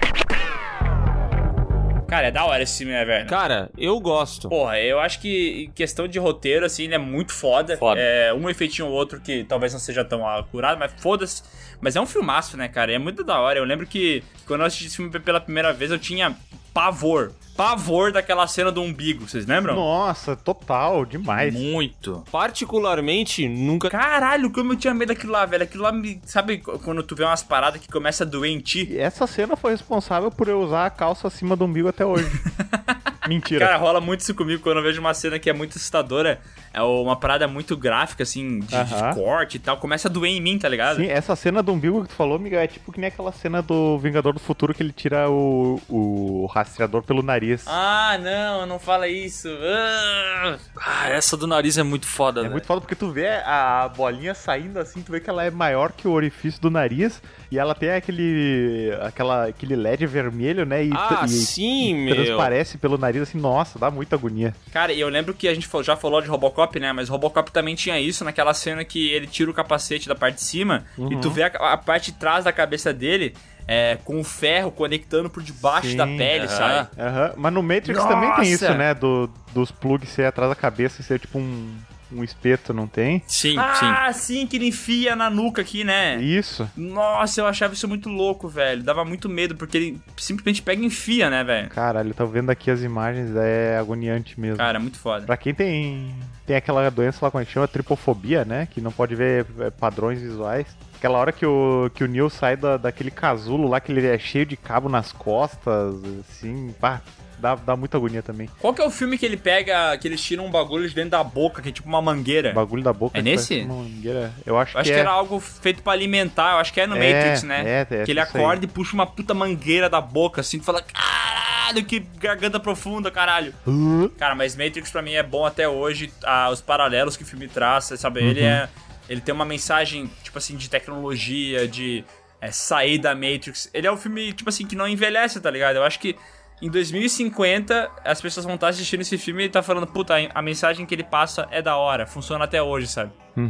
Cara, é da hora esse filme, né, velho? Cara, eu gosto. Porra, eu acho que em questão de roteiro, assim, ele é muito foda. Um efeitinho ou outro que talvez não seja tão acurado, mas foda-se. Mas é um filmaço, né, cara? É muito da hora. Eu lembro que quando eu assisti esse filme pela primeira vez, eu tinha pavor daquela cena do umbigo, vocês lembram? Nossa, total, demais. Muito. Particularmente, nunca... Caralho, como eu tinha medo daquilo lá, velho. Aquilo lá me... Sabe quando tu vê umas paradas que começa a doer em ti? E essa cena foi responsável por eu usar a calça acima do umbigo até hoje. Mentira. Cara, rola muito isso comigo quando eu vejo uma cena que é muito assustadora. É uma parada muito gráfica, assim, de corte e tal. Começa a doer em mim, tá ligado? Sim, essa cena do umbigo que tu falou, Miguel, é tipo que nem aquela cena do Vingador do Futuro que ele tira o rastreador pelo nariz. Ah, não fala isso. Essa do nariz é muito foda, velho. É muito foda porque tu vê a bolinha saindo assim, tu vê que ela é maior que o orifício do nariz e ela tem aquele LED vermelho, né? Sim, transparece pelo nariz assim, nossa, dá muita agonia. Cara, e eu lembro que a gente já falou de Robocop, né? Mas Robocop também tinha isso naquela cena que ele tira o capacete da parte de cima e tu vê a parte de trás da cabeça dele com o ferro conectando por debaixo da pele, sabe? Mas no Matrix também tem isso, né? Dos plugs ser atrás da cabeça e ser tipo um espeto, não tem? Sim. Sim, que ele enfia na nuca aqui, né? Isso. Nossa, eu achava isso muito louco, velho. Dava muito medo, porque ele simplesmente pega e enfia, né, velho? Caralho, eu tô vendo aqui as imagens, é agoniante mesmo. Cara, muito foda. Pra quem tem aquela doença lá, como é que chama? Tripofobia, né? Que não pode ver padrões visuais. Aquela hora que o Neo sai daquele casulo lá, que ele é cheio de cabo nas costas, assim, pá. Dá muita agonia também. Qual que é o filme que ele pega, que eles tiram um bagulho de dentro da boca, que é tipo uma mangueira? O bagulho da boca. É nesse? Uma mangueira. Eu acho que era algo feito pra alimentar, eu acho que é no Matrix, né? Que ele acorda e puxa uma puta mangueira da boca, assim, tu fala, caralho, que garganta profunda, caralho. Cara, mas Matrix pra mim é bom até hoje, os paralelos que o filme traz, sabe? Ele tem uma mensagem, tipo assim, de tecnologia, de sair da Matrix. Ele é um filme, tipo assim, que não envelhece, tá ligado? Eu acho que em 2050, as pessoas vão estar assistindo esse filme e tá falando, puta, a mensagem que ele passa é da hora, funciona até hoje, sabe?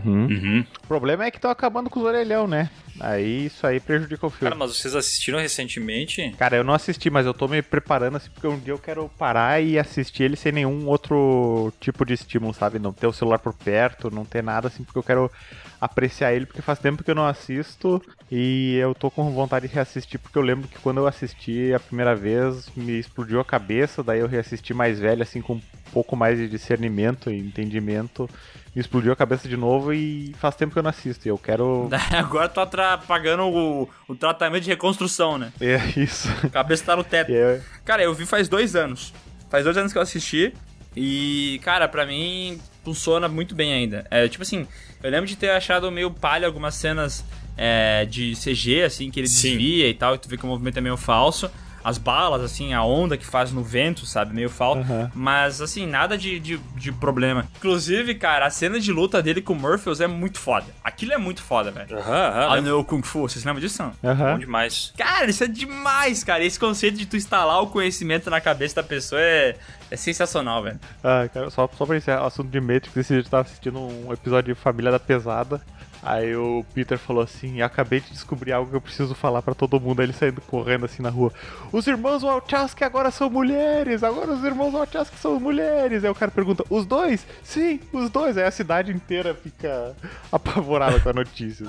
O problema é que estão acabando com os orelhão, né? Aí isso aí prejudica o filme. Cara, mas vocês assistiram recentemente? Cara, eu não assisti, mas eu tô me preparando assim, porque um dia eu quero parar e assistir ele sem nenhum outro tipo de estímulo, sabe? Não ter o celular por perto, não ter nada assim, porque eu quero apreciar ele, porque faz tempo que eu não assisto e eu tô com vontade de reassistir, porque eu lembro que quando eu assisti a primeira vez me explodiu a cabeça, daí eu reassisti mais velho, assim, com um pouco mais de discernimento e entendimento, me explodiu a cabeça de novo e faz tempo que eu não assisto e eu quero... Agora tu tá pagando o tratamento de reconstrução, né? É, isso. A cabeça tá no teto. Cara, eu vi faz 2 anos. Faz 2 anos que eu assisti e, cara, pra mim funciona muito bem ainda. Tipo assim, eu lembro de ter achado meio palha algumas cenas de CG, assim, que ele desvia e tal, e tu vê que o movimento é meio falso. As balas, assim, a onda que faz no vento, sabe? Meio falso. Mas, assim, nada de problema. Inclusive, cara, a cena de luta dele com o Morpheus é muito foda. Aquilo é muito foda, velho. I know Kung Fu. Vocês lembram disso? Bom demais. Cara, isso é demais, cara. Esse conceito de tu instalar o conhecimento na cabeça da pessoa é sensacional, velho. Cara, só pra encerrar o assunto de Matrix, esse dia eu tava assistindo um episódio de Família da Pesada. Aí o Peter falou assim, acabei de descobrir algo que eu preciso falar pra todo mundo. Aí ele saindo correndo assim na rua. Os irmãos Wachowski agora são mulheres! Agora os irmãos Wachowski são mulheres! Aí o cara pergunta, os dois? Sim, os dois! Aí a cidade inteira fica apavorada com a notícia.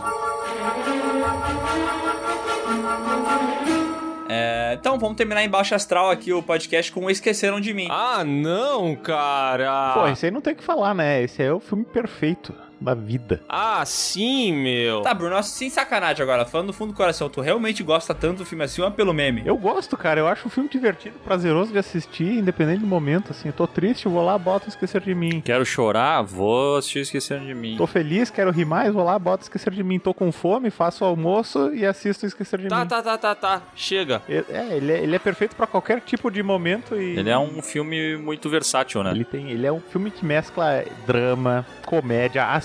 Então, vamos terminar em Baixo Astral aqui o podcast com Esqueceram de Mim. Ah, não, cara! Pô, esse aí não tem o que falar, né? Esse aí é o filme perfeito da vida. Ah, sim, meu. Tá, Bruno, sem sacanagem agora, falando do fundo do coração, tu realmente gosta tanto do filme assim ou é pelo meme? Eu gosto, cara, eu acho um filme divertido, prazeroso de assistir, independente do momento, assim, eu tô triste, eu vou lá, boto Esquecer de Mim. Quero chorar, vou assistir Esquecer de Mim. Tô feliz, quero rir mais, vou lá, boto Esquecer de Mim. Tô com fome, faço o almoço e assisto Esquecer de Mim. Tá, chega. Ele é perfeito pra qualquer tipo de momento e... Ele é um filme muito versátil, né? Ele é um filme que mescla drama, comédia, ação,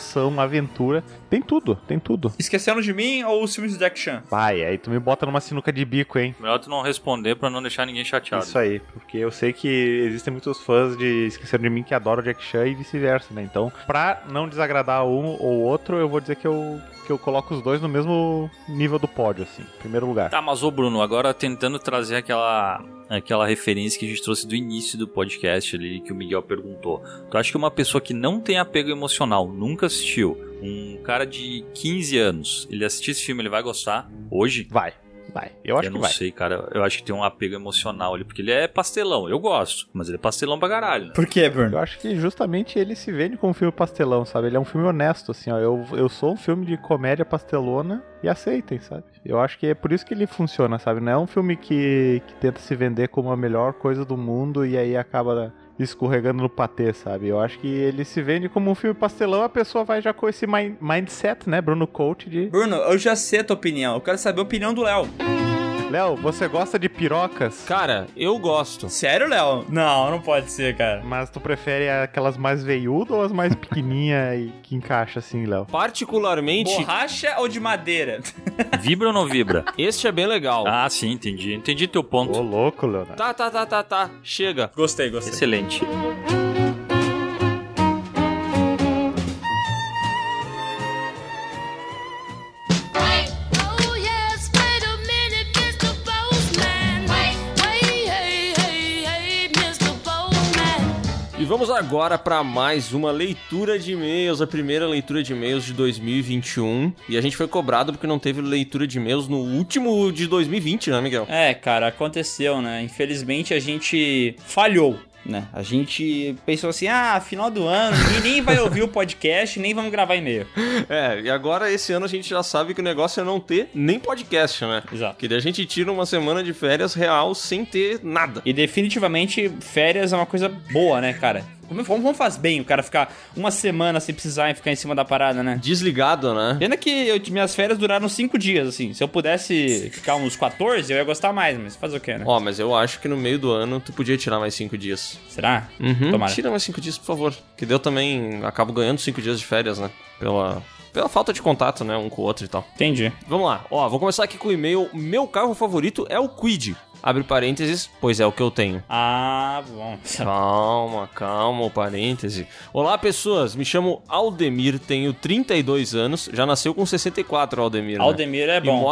ação, aventura. Tem tudo. Esquecendo de Mim ou os filmes do Jack Chan? Vai, aí tu me bota numa sinuca de bico, hein? Melhor tu não responder pra não deixar ninguém chateado. Isso aí, porque eu sei que existem muitos fãs de Esqueceram de Mim que adoram Jack Chan e vice-versa, né? Então, pra não desagradar um ou outro, eu vou dizer que eu coloco os dois no mesmo nível do pódio, assim, em primeiro lugar. Tá, mas ô Bruno, agora tentando trazer aquela referência que a gente trouxe do início do podcast ali, que o Miguel perguntou. Tu acha que uma pessoa que não tem apego emocional, nunca assistiu, um cara de 15 anos, ele assistir esse filme, ele vai gostar hoje? Vai. Eu acho que vai. Eu não sei, cara. Eu acho que tem um apego emocional ali, porque ele é pastelão. Eu gosto, mas ele é pastelão pra caralho. Né? Por quê, Bruno? Eu acho que justamente ele se vende como um filme pastelão, sabe? Ele é um filme honesto, assim, ó. Eu sou um filme de comédia pastelona e aceitem, sabe? Eu acho que é por isso que ele funciona, sabe? Não é um filme que tenta se vender como a melhor coisa do mundo e aí acaba escorregando no patê, sabe? Eu acho que ele se vende como um filme pastelão, a pessoa vai já com esse mindset, né, Bruno Coach de... Bruno, eu já sei a tua opinião, eu quero saber a opinião do Léo. Léo, você gosta de pirocas? Cara, eu gosto. Sério, Léo? Não pode ser, cara. Mas tu prefere aquelas mais veiudas ou as mais pequenininhas e que encaixa assim, Léo? Particularmente... Borracha ou de madeira? Vibra ou não vibra? Este é bem legal. Ah, sim, entendi. Entendi teu ponto. Ô, louco, Leonardo. Tá. Chega. Gostei. Excelente. E vamos agora para mais uma leitura de e-mails, a primeira leitura de e-mails de 2021. E a gente foi cobrado porque não teve leitura de e-mails no último de 2020, né, Miguel? É, cara, aconteceu, né? Infelizmente a gente falhou. Né? A gente pensou assim, final do ano, ninguém nem vai ouvir o podcast, nem vamos gravar e-mail. E agora esse ano a gente já sabe que o negócio é não ter nem podcast, né? Exato. Porque daí a gente tira uma semana de férias real sem ter nada. E definitivamente férias é uma coisa boa, né, cara? Como faz bem o cara ficar uma semana sem precisar e ficar em cima da parada, né? Desligado, né? Pena que minhas férias duraram 5 dias, assim. Se eu pudesse ficar uns 14, eu ia gostar mais, mas fazer o quê, né? Mas eu acho que no meio do ano tu podia tirar mais 5 dias. Será? Tomara. Tira mais 5 dias, por favor. Que eu também acabo ganhando 5 dias de férias, né? Pela falta de contato, né? Um com o outro e tal. Entendi. Vamos lá. Vou começar aqui com o e-mail. Meu carro favorito é o Kwid. Abre parênteses, pois é o que eu tenho. Bom. Calma, o parêntese. Olá, pessoas. Me chamo Aldemir, tenho 32 anos. Já nasceu com 64, Aldemir. Né? Aldemir é bom.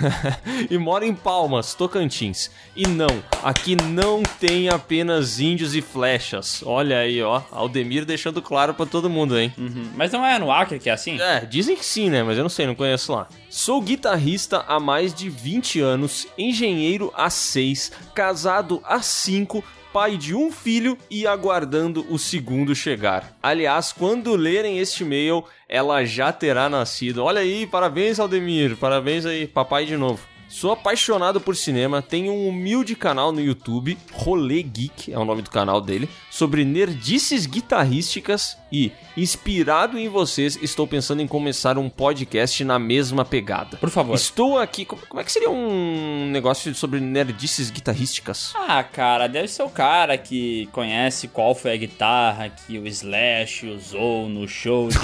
E moro em Palmas, Tocantins. E não, aqui não tem apenas índios e flechas. Olha aí, ó. Aldemir deixando claro pra todo mundo, hein? Mas não é no Acre que é assim? Dizem que sim, né? Mas eu não sei, não conheço lá. Sou guitarrista há mais de 20 anos, engenheiro há 6, casado há 5, pai de um filho e aguardando o segundo chegar. Aliás, quando lerem este e-mail, ela já terá nascido. Olha aí, parabéns, Aldemir, parabéns aí, papai de novo. Sou apaixonado por cinema, tenho um humilde canal no YouTube, Rolê Geek é o nome do canal dele, sobre nerdices guitarrísticas e, inspirado em vocês, estou pensando em começar um podcast na mesma pegada. Por favor. Estou aqui... Como é que seria um negócio sobre nerdices guitarrísticas? Cara, deve ser o cara que conhece qual foi a guitarra que o Slash usou no show de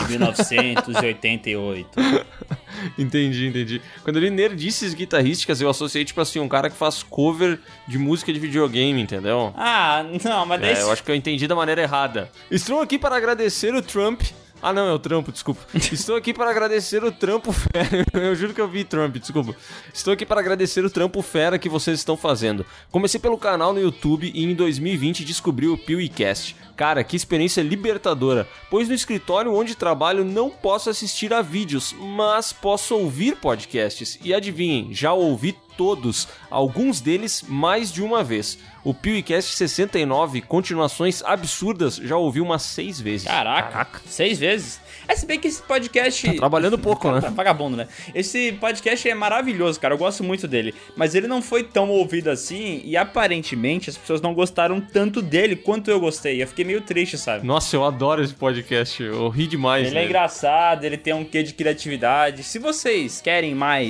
1988. Entendi. Quando eu li nerdices guitarrísticas, eu associei, tipo assim, um cara que faz cover de música de videogame, entendeu? Não, mas daí... eu acho que eu entendi da maneira errada. Estou aqui para agradecer o Trump... não, é o Trampo, desculpa. Estou aqui para agradecer o trampo fera. Eu juro que eu vi Trump, desculpa. Estou aqui para agradecer o trampo fera que vocês estão fazendo. Comecei pelo canal no YouTube e em 2020 descobri o PewCast. Cara, que experiência libertadora, pois no escritório onde trabalho não posso assistir a vídeos, mas posso ouvir podcasts. E adivinhem, já ouvi todos, alguns deles mais de uma vez. O PewCast 69, continuações absurdas, já ouvi umas 6 vezes. Caraca. 6 vezes? Se bem que esse podcast... Tá trabalhando pouco, né? Vagabundo, né? Esse podcast é maravilhoso, cara, eu gosto muito dele. Mas ele não foi tão ouvido assim e aparentemente as pessoas não gostaram tanto dele quanto eu gostei. Eu fiquei meio triste, sabe? Nossa, eu adoro esse podcast, eu ri demais. Ele é engraçado, ele tem um quê de criatividade. Se vocês querem mais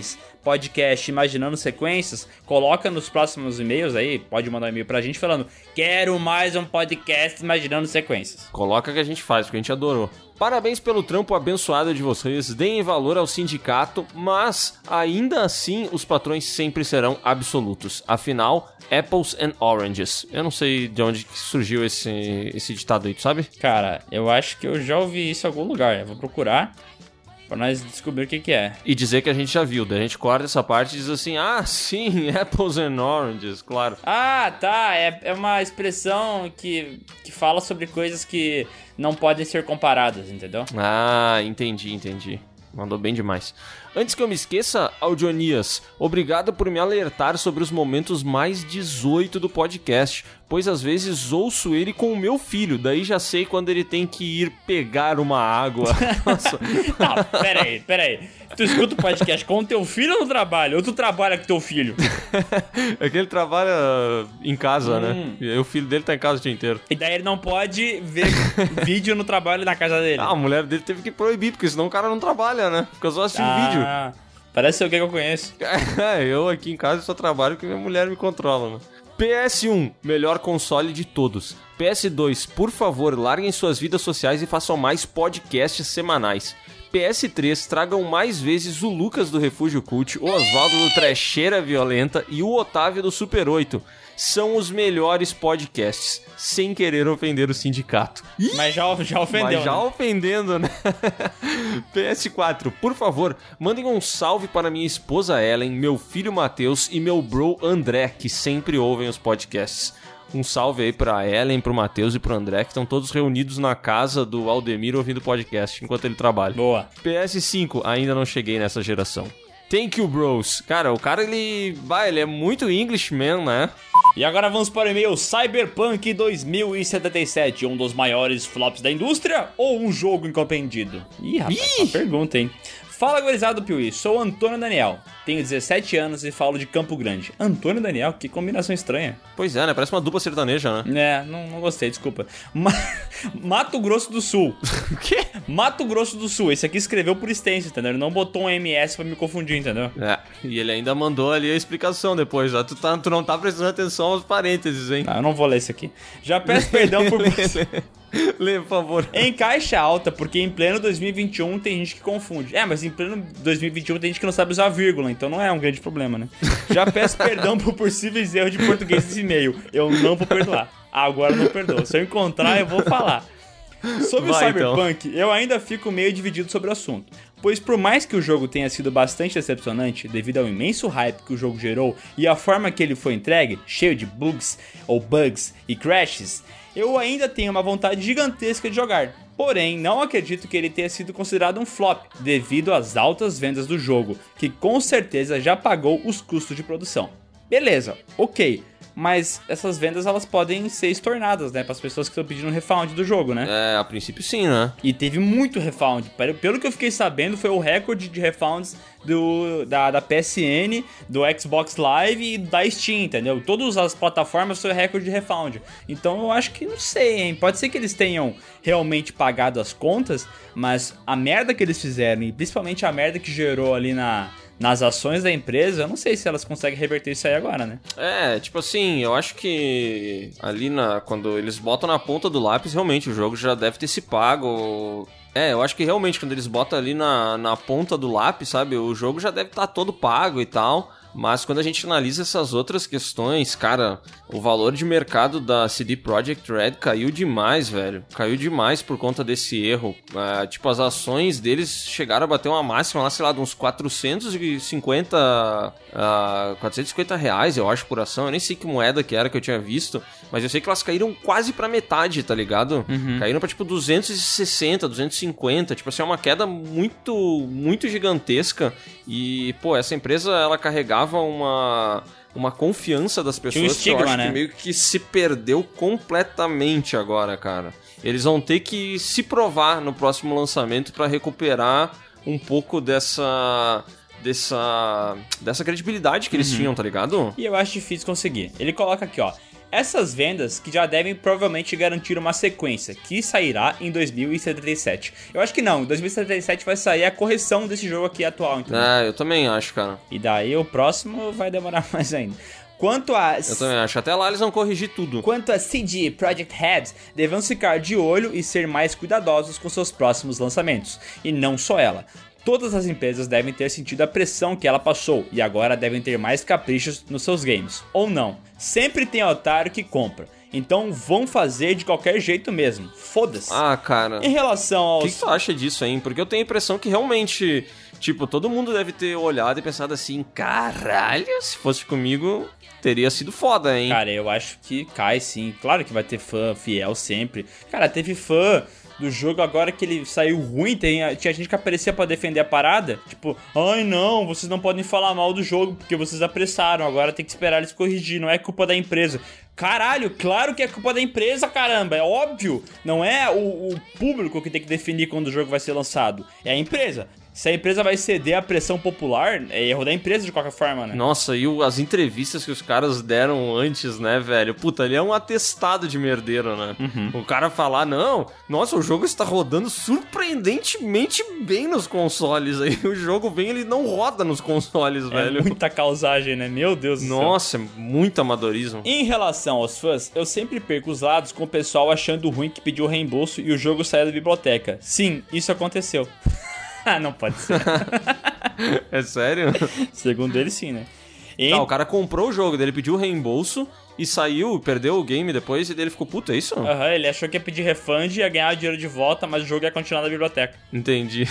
podcast Imaginando Sequências, coloca nos próximos e-mails aí, pode mandar um e-mail pra gente falando: quero mais um podcast Imaginando Sequências. Coloca que a gente faz, porque a gente adorou. Parabéns pelo trampo abençoado de vocês, deem valor ao sindicato, mas ainda assim os patrões sempre serão absolutos. Afinal, apples and oranges. Eu não sei de onde surgiu esse ditado aí, tu sabe? Cara, eu acho que eu já ouvi isso em algum lugar, eu vou procurar pra nós descobrir o que é. E dizer que a gente já viu, daí a gente corta essa parte e diz assim, ah, sim, apples and oranges, claro. Ah, tá, é uma expressão que fala sobre coisas que não podem ser comparadas, entendeu? Ah, entendi. Mandou bem demais. Antes que eu me esqueça, Audionias, obrigado por me alertar sobre os momentos mais 18 do podcast, pois às vezes ouço ele com o meu filho, daí já sei quando ele tem que ir pegar uma água. Nossa. Não, peraí. Tu escuta o podcast com o teu filho ou no trabalho? Ou tu trabalha com teu filho? É que ele trabalha em casa, né? E o filho dele tá em casa o dia inteiro. E daí ele não pode ver vídeo no trabalho na casa dele. Ah, a mulher dele teve que proibir, porque senão o cara não trabalha, né? Fica só assistindo vídeo. Parece alguém que eu conheço. Eu aqui em casa só trabalho porque minha mulher me controla, né? PS1, melhor console de todos. PS2, por favor, larguem suas vidas sociais e façam mais podcasts semanais. PS3, tragam mais vezes o Lucas do Refúgio Cult, o Oswaldo do Trecheira Violenta e o Otávio do Super 8. São os melhores podcasts, sem querer ofender o sindicato. Mas já ofendeu, Mas já né? Ofendendo, né? PS4, por favor, mandem um salve para minha esposa Ellen, meu filho Matheus e meu bro André, que sempre ouvem os podcasts. Um salve aí pra Ellen, pro Matheus e pro André, que estão todos reunidos na casa do Aldemir ouvindo podcast enquanto ele trabalha. Boa. PS5, ainda não cheguei nessa geração. Thank you, bros. Cara, o cara, ele é muito Englishman, né? E agora vamos para o e-mail Cyberpunk 2077, um dos maiores flops da indústria ou um jogo incompreendido? Ih, rapaz, uma pergunta, hein? Fala, gurizada do Piuí, sou Antônio Daniel, tenho 17 anos e falo de Campo Grande. Antônio Daniel, que combinação estranha. Pois é, né? Parece uma dupla sertaneja, né? Não gostei, desculpa. Mato Grosso do Sul. O quê? Mato Grosso do Sul, esse aqui escreveu por extenso, entendeu? Ele não botou um MS pra me confundir, entendeu? É, e ele ainda mandou ali a explicação depois, ó. Tu não tá prestando atenção aos parênteses, hein? Eu não vou ler isso aqui. Já peço perdão por você. Lê, por favor. Em caixa alta, porque em pleno 2021 tem gente que confunde. Mas em pleno 2021 tem gente que não sabe usar vírgula, então não é um grande problema, né? Já peço perdão por possíveis erros de português desse e-mail. Eu não vou perdoar. Agora eu não perdoo. Se eu encontrar, eu vou falar. Sobre o Cyberpunk, então. Eu ainda fico meio dividido sobre o assunto. Pois por mais que o jogo tenha sido bastante decepcionante, devido ao imenso hype que o jogo gerou e a forma que ele foi entregue, cheio de bugs e crashes, eu ainda tenho uma vontade gigantesca de jogar. Porém, não acredito que ele tenha sido considerado um flop, devido às altas vendas do jogo, que com certeza já pagou os custos de produção. Beleza, ok. Mas essas vendas, elas podem ser estornadas, né? Para as pessoas que estão pedindo refund do jogo, né? A princípio sim, né? E teve muito refund. Pelo que eu fiquei sabendo, foi o recorde de refunds da PSN, do Xbox Live e da Steam, entendeu? Todas as plataformas foi o recorde de refund. Então eu acho que, não sei, hein? Pode ser que eles tenham realmente pagado as contas, mas a merda que eles fizeram, e principalmente a merda que gerou ali nas ações da empresa, eu não sei se elas conseguem reverter isso aí agora, né? Tipo assim, eu acho que ali quando eles botam na ponta do lápis, realmente o jogo já deve ter se pago. Eu acho que realmente quando eles botam ali na ponta do lápis, sabe, o jogo já deve estar todo pago e tal. Mas quando a gente analisa essas outras questões, cara, o valor de mercado da CD Projekt Red caiu demais, velho. Caiu demais por conta desse erro. Tipo, as ações deles chegaram a bater uma máxima lá, sei lá, de uns 450 reais, eu acho, por ação. Eu nem sei que moeda que era que eu tinha visto, mas eu sei que elas caíram quase pra metade, tá ligado? Uhum. Caíram pra, tipo, 260, 250. Tipo assim, é uma queda muito, muito gigantesca. E, pô, essa empresa, ela carregava uma confiança das pessoas estigma, que eu acho, né? que meio que se perdeu completamente agora, cara. Eles vão ter que se provar no próximo lançamento pra recuperar um pouco dessa dessa credibilidade que eles tinham, tá ligado? E eu acho difícil conseguir. Ele coloca aqui, ó. Essas vendas que já devem provavelmente garantir uma sequência, que sairá em 2077. Eu acho que não, em 2077 vai sair a correção desse jogo aqui atual, entendeu? Eu também acho, cara. E daí o próximo vai demorar mais ainda. Eu também acho. Até lá eles vão corrigir tudo. Quanto a CD Projekt Red, devem ficar de olho e ser mais cuidadosos com seus próximos lançamentos. E não só ela. Todas as empresas devem ter sentido a pressão que ela passou e agora devem ter mais caprichos nos seus games. Ou não. Sempre tem otário que compra. Então vão fazer de qualquer jeito mesmo. Foda-se. Cara. Em relação aos... O que tu acha disso, hein? Porque eu tenho a impressão que realmente... Tipo, todo mundo deve ter olhado e pensado assim... Caralho, se fosse comigo... Teria sido foda, hein? Cara, eu acho que cai sim. Claro que vai ter fã fiel sempre. Cara, teve fã do jogo agora que ele saiu ruim. Tinha gente que aparecia pra defender a parada. Tipo, ai não, vocês não podem falar mal do jogo porque vocês apressaram. Agora tem que esperar eles corrigir. Não é culpa da empresa. Caralho, claro que é culpa da empresa, caramba. É óbvio. Não é o público que tem que definir quando o jogo vai ser lançado. É a empresa. Se a empresa vai ceder à pressão popular, é erro da empresa de qualquer forma, né? Nossa, e as entrevistas que os caras deram antes, né, velho? Puta, ali é um atestado de merdeiro, né? O cara falar, não, nossa, o jogo está rodando surpreendentemente bem nos consoles. Aí o jogo vem, ele não roda nos consoles, velho. É muita causagem, né? Meu Deus do céu. Nossa, muito amadorismo. Em relação aos fãs, eu sempre perco os lados com o pessoal achando ruim que pediu reembolso e o jogo saiu da biblioteca. Sim, isso aconteceu. Não pode ser. É sério? Segundo ele, sim, né? O cara comprou o jogo, dele pediu reembolso e saiu, perdeu o game depois e dele ficou puto, é isso? Ele achou que ia pedir refund e ia ganhar o dinheiro de volta, mas o jogo ia continuar na biblioteca. Entendi.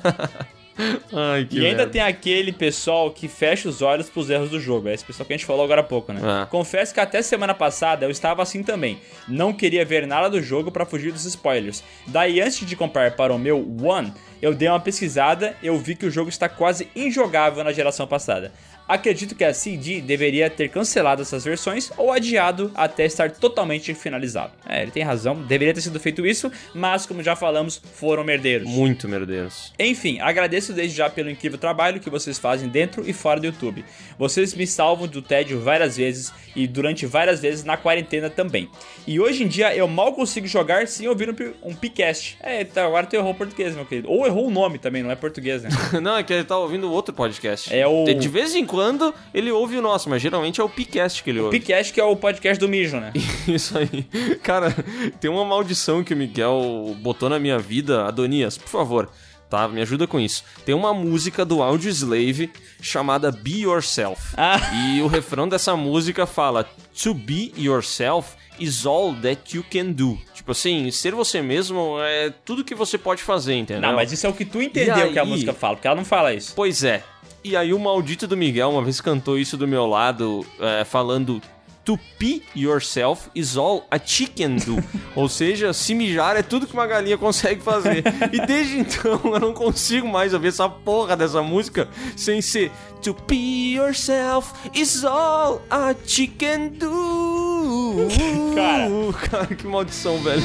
Ai, que e ainda merda. tem aquele pessoal que fecha os olhos pros erros do jogo. É esse pessoal que a gente falou agora há pouco, né? Confesso que até semana passada eu estava assim também. Não queria ver nada do jogo pra fugir dos spoilers. Daí, antes de comprar para o meu One, eu dei uma pesquisada e eu vi que o jogo está quase injogável na geração passada. Acredito que a CD deveria ter cancelado essas versões ou adiado até estar totalmente finalizado. Ele tem razão, deveria ter sido feito isso, mas como já falamos, foram merdeiros. Muito merdeiros. Enfim, agradeço desde já pelo incrível trabalho que vocês fazem dentro e fora do YouTube. Vocês me salvam do tédio várias vezes e durante várias vezes na quarentena também. E hoje em dia eu mal consigo jogar sem ouvir um Picast. Agora tu errou o português, meu querido. Ou errou o nome também, não é português, né? Não, é que ele tá ouvindo outro podcast. De vez em quando ele ouve o nosso, mas geralmente é o Picast que ele ouve. O Picast que é o podcast do mijo, né? Isso aí. Cara, tem uma maldição que o Miguel botou na minha vida. Adonias, por favor, tá? Me ajuda com isso. Tem uma música do Audioslave chamada Be Yourself. E o refrão dessa música fala: To be yourself is all that you can do. Tipo assim, ser você mesmo é tudo que você pode fazer, entendeu? Não, mas isso é o que tu entendeu que a música fala, porque ela não fala isso. Pois é. E aí o maldito do Miguel uma vez cantou isso do meu lado, falando: To pee yourself is all a chicken do. Ou seja, se mijar é tudo que uma galinha consegue fazer. E desde então eu não consigo mais ouvir essa porra dessa música sem ser To pee yourself is all a chicken do. Cara, que maldição, velho.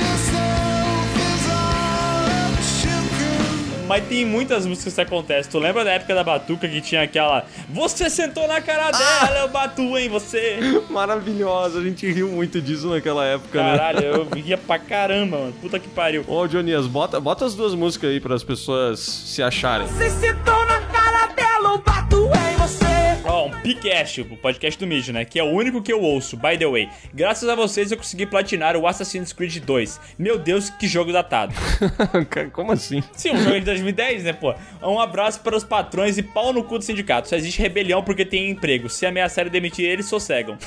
Mas tem muitas músicas que acontecem. Tu lembra da época da Batuca que tinha aquela: Você sentou na cara dela, eu batu em você. Maravilhosa, a gente riu muito disso naquela época, Caralho, né? eu ria pra caramba, mano. Puta que pariu. Ô, Dionias, bota as duas músicas aí para as pessoas se acharem. Você sentou na cara dela, eu bato em você. Um Picast, o podcast do Mijo, né? Que é o único que eu ouço, by the way. Graças a vocês eu consegui platinar o Assassin's Creed 2. Meu Deus, que jogo datado. Como assim? Sim, um jogo de 2010, né, pô? Um abraço para os patrões e pau no cu do sindicato. Só existe rebelião porque tem emprego. Se ameaçarem demitir eles, sossegam.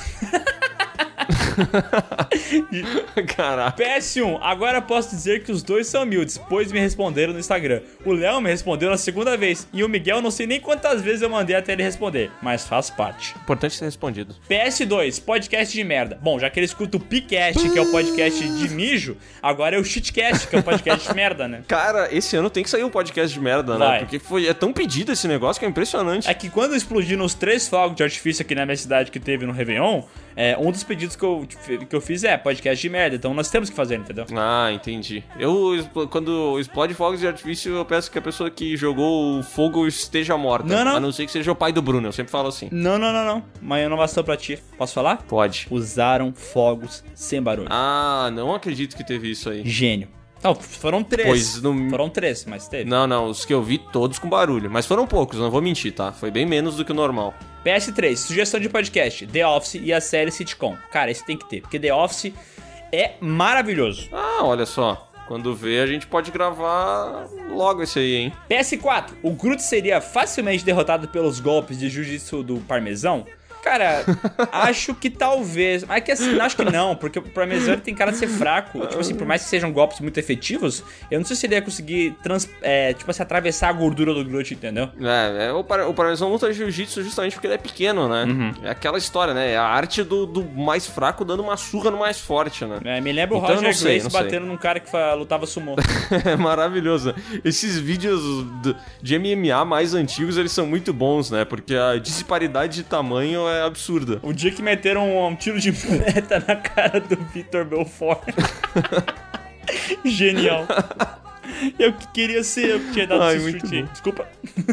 Caraca. PS1, agora posso dizer que os dois são humildes, pois me responderam no Instagram. O Léo me respondeu na segunda vez e o Miguel não sei nem quantas vezes eu mandei até ele responder, mas faz parte. Importante ser respondido. PS2, podcast de merda. Bom, já que ele escuta o Picast, que é o podcast de mijo, agora é o Shitcast, que é o podcast de merda, né? Cara, esse ano tem que sair um podcast de merda, né? Porque é tão pedido esse negócio que é impressionante. É que quando explodiram os 3 fogos de artifício aqui na minha cidade que teve no Réveillon, um dos pedidos que eu eu fiz é podcast de merda, então nós temos que fazer, entendeu? Ah, entendi. Quando explode fogos de artifício, eu peço que a pessoa que jogou o fogo esteja morta. Não. A não ser que seja o pai do Bruno, eu sempre falo assim. Não. Uma inovação pra ti. Posso falar? Pode. Usaram fogos sem barulho. Ah, não acredito que teve isso aí. Gênio. Não, foram 3. Pois não... Foram 3, mas teve. Não, os que eu vi todos com barulho. Mas foram poucos, não vou mentir, tá? Foi bem menos do que o normal. PS3, sugestão de podcast, The Office e a série Sitcom. Cara, esse tem que ter, porque The Office é maravilhoso. Ah, olha só. Quando vê, a gente pode gravar logo esse aí, hein? PS4, o Groot seria facilmente derrotado pelos golpes de jiu-jitsu do parmesão? Cara, acho que talvez. Mas que assim, acho que não, porque o parmesão tem cara de ser fraco. Tipo assim, por mais que sejam golpes muito efetivos, eu não sei se ele ia conseguir atravessar a gordura do Groot, entendeu? O parmesão luta jiu-jitsu justamente porque ele é pequeno, né? Uhum. É aquela história, né? É a arte do mais fraco dando uma surra no mais forte, né? Me lembra o Roger Grace batendo num cara que lutava sumô. É maravilhoso. Esses vídeos de MMA mais antigos, eles são muito bons, né? Porque a disparidade de tamanho é absurda. O dia que meteram um tiro de meta na cara do Vitor Belfort. Genial. Eu que queria ser, eu que tinha dado esse chute. Desculpa.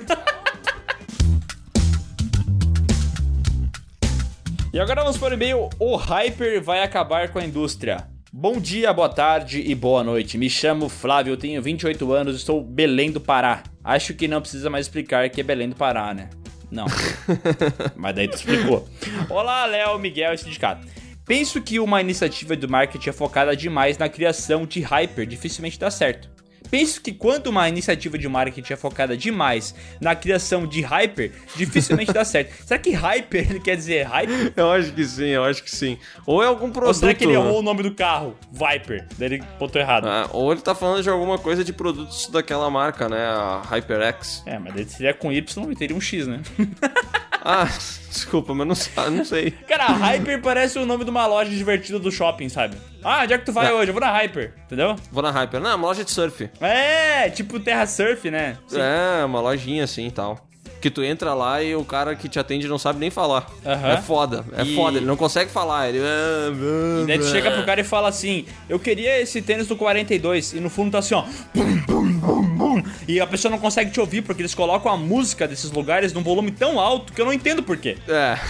E agora vamos para o e-mail. O Hyper vai acabar com a indústria. Bom dia, boa tarde e boa noite. Me chamo Flávio, eu tenho 28 anos, estou Belém do Pará. Acho que não precisa mais explicar que é Belém do Pará, né? Não. Mas daí tu explicou. Olá, Léo, Miguel e Sindicato. Penso que uma iniciativa do marketing é focada demais na criação de hyper dificilmente dá certo. Penso que quando uma iniciativa de marketing é focada demais na criação de hyper, dificilmente dá certo. Será que hyper ele quer dizer hype? Eu acho que sim. Ou é algum produto... Ou será que ele errou o nome do carro? Viper. Daí ele botou errado. Ou ele tá falando de alguma coisa de produtos daquela marca, né? A HyperX. Mas daí seria com Y e teria um X, né? Desculpa, mas não sei. Cara, a Hyper parece o nome de uma loja divertida do shopping, sabe? Onde é que tu vai hoje? Eu vou na Hyper, entendeu? Vou na Hyper. Não, uma loja de surf. Tipo Terra Surf, né? Sim. Uma lojinha assim e tal. Que tu entra lá e o cara que te atende não sabe nem falar. Uhum. É foda, ele não consegue falar. Ele... E daí tu chega pro cara e fala assim, eu queria esse tênis do 42, e no fundo tá assim, ó, bum, bum, bum, bum, e a pessoa não consegue te ouvir, porque eles colocam a música desses lugares num volume tão alto que eu não entendo por quê.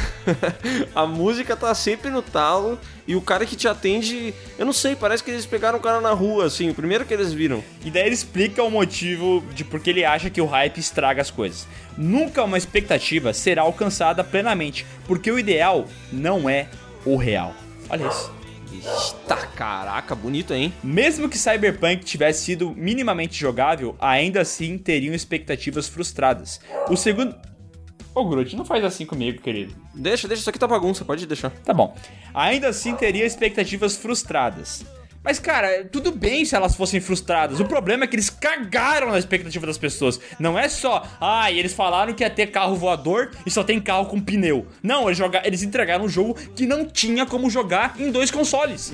A música tá sempre no talo, e o cara que te atende, eu não sei, parece que eles pegaram o cara na rua, assim, o primeiro que eles viram. E daí ele explica o motivo de porque ele acha que o hype estraga as coisas. Nunca uma expectativa será alcançada plenamente, porque o ideal não é o real. Olha isso. Eita, caraca, bonito, hein? Mesmo que Cyberpunk tivesse sido minimamente jogável, ainda assim teriam expectativas frustradas. O segundo... Ô, Groot, não faz assim comigo, querido. Deixa, isso aqui tá bagunça, pode deixar. Tá bom. Ainda assim teria expectativas frustradas. Mas, cara, tudo bem se elas fossem frustradas. O problema é que eles cagaram na expectativa das pessoas. Não é só, e eles falaram que ia ter carro voador e só tem carro com pneu. Não, eles entregaram um jogo que não tinha como jogar em 2 consoles.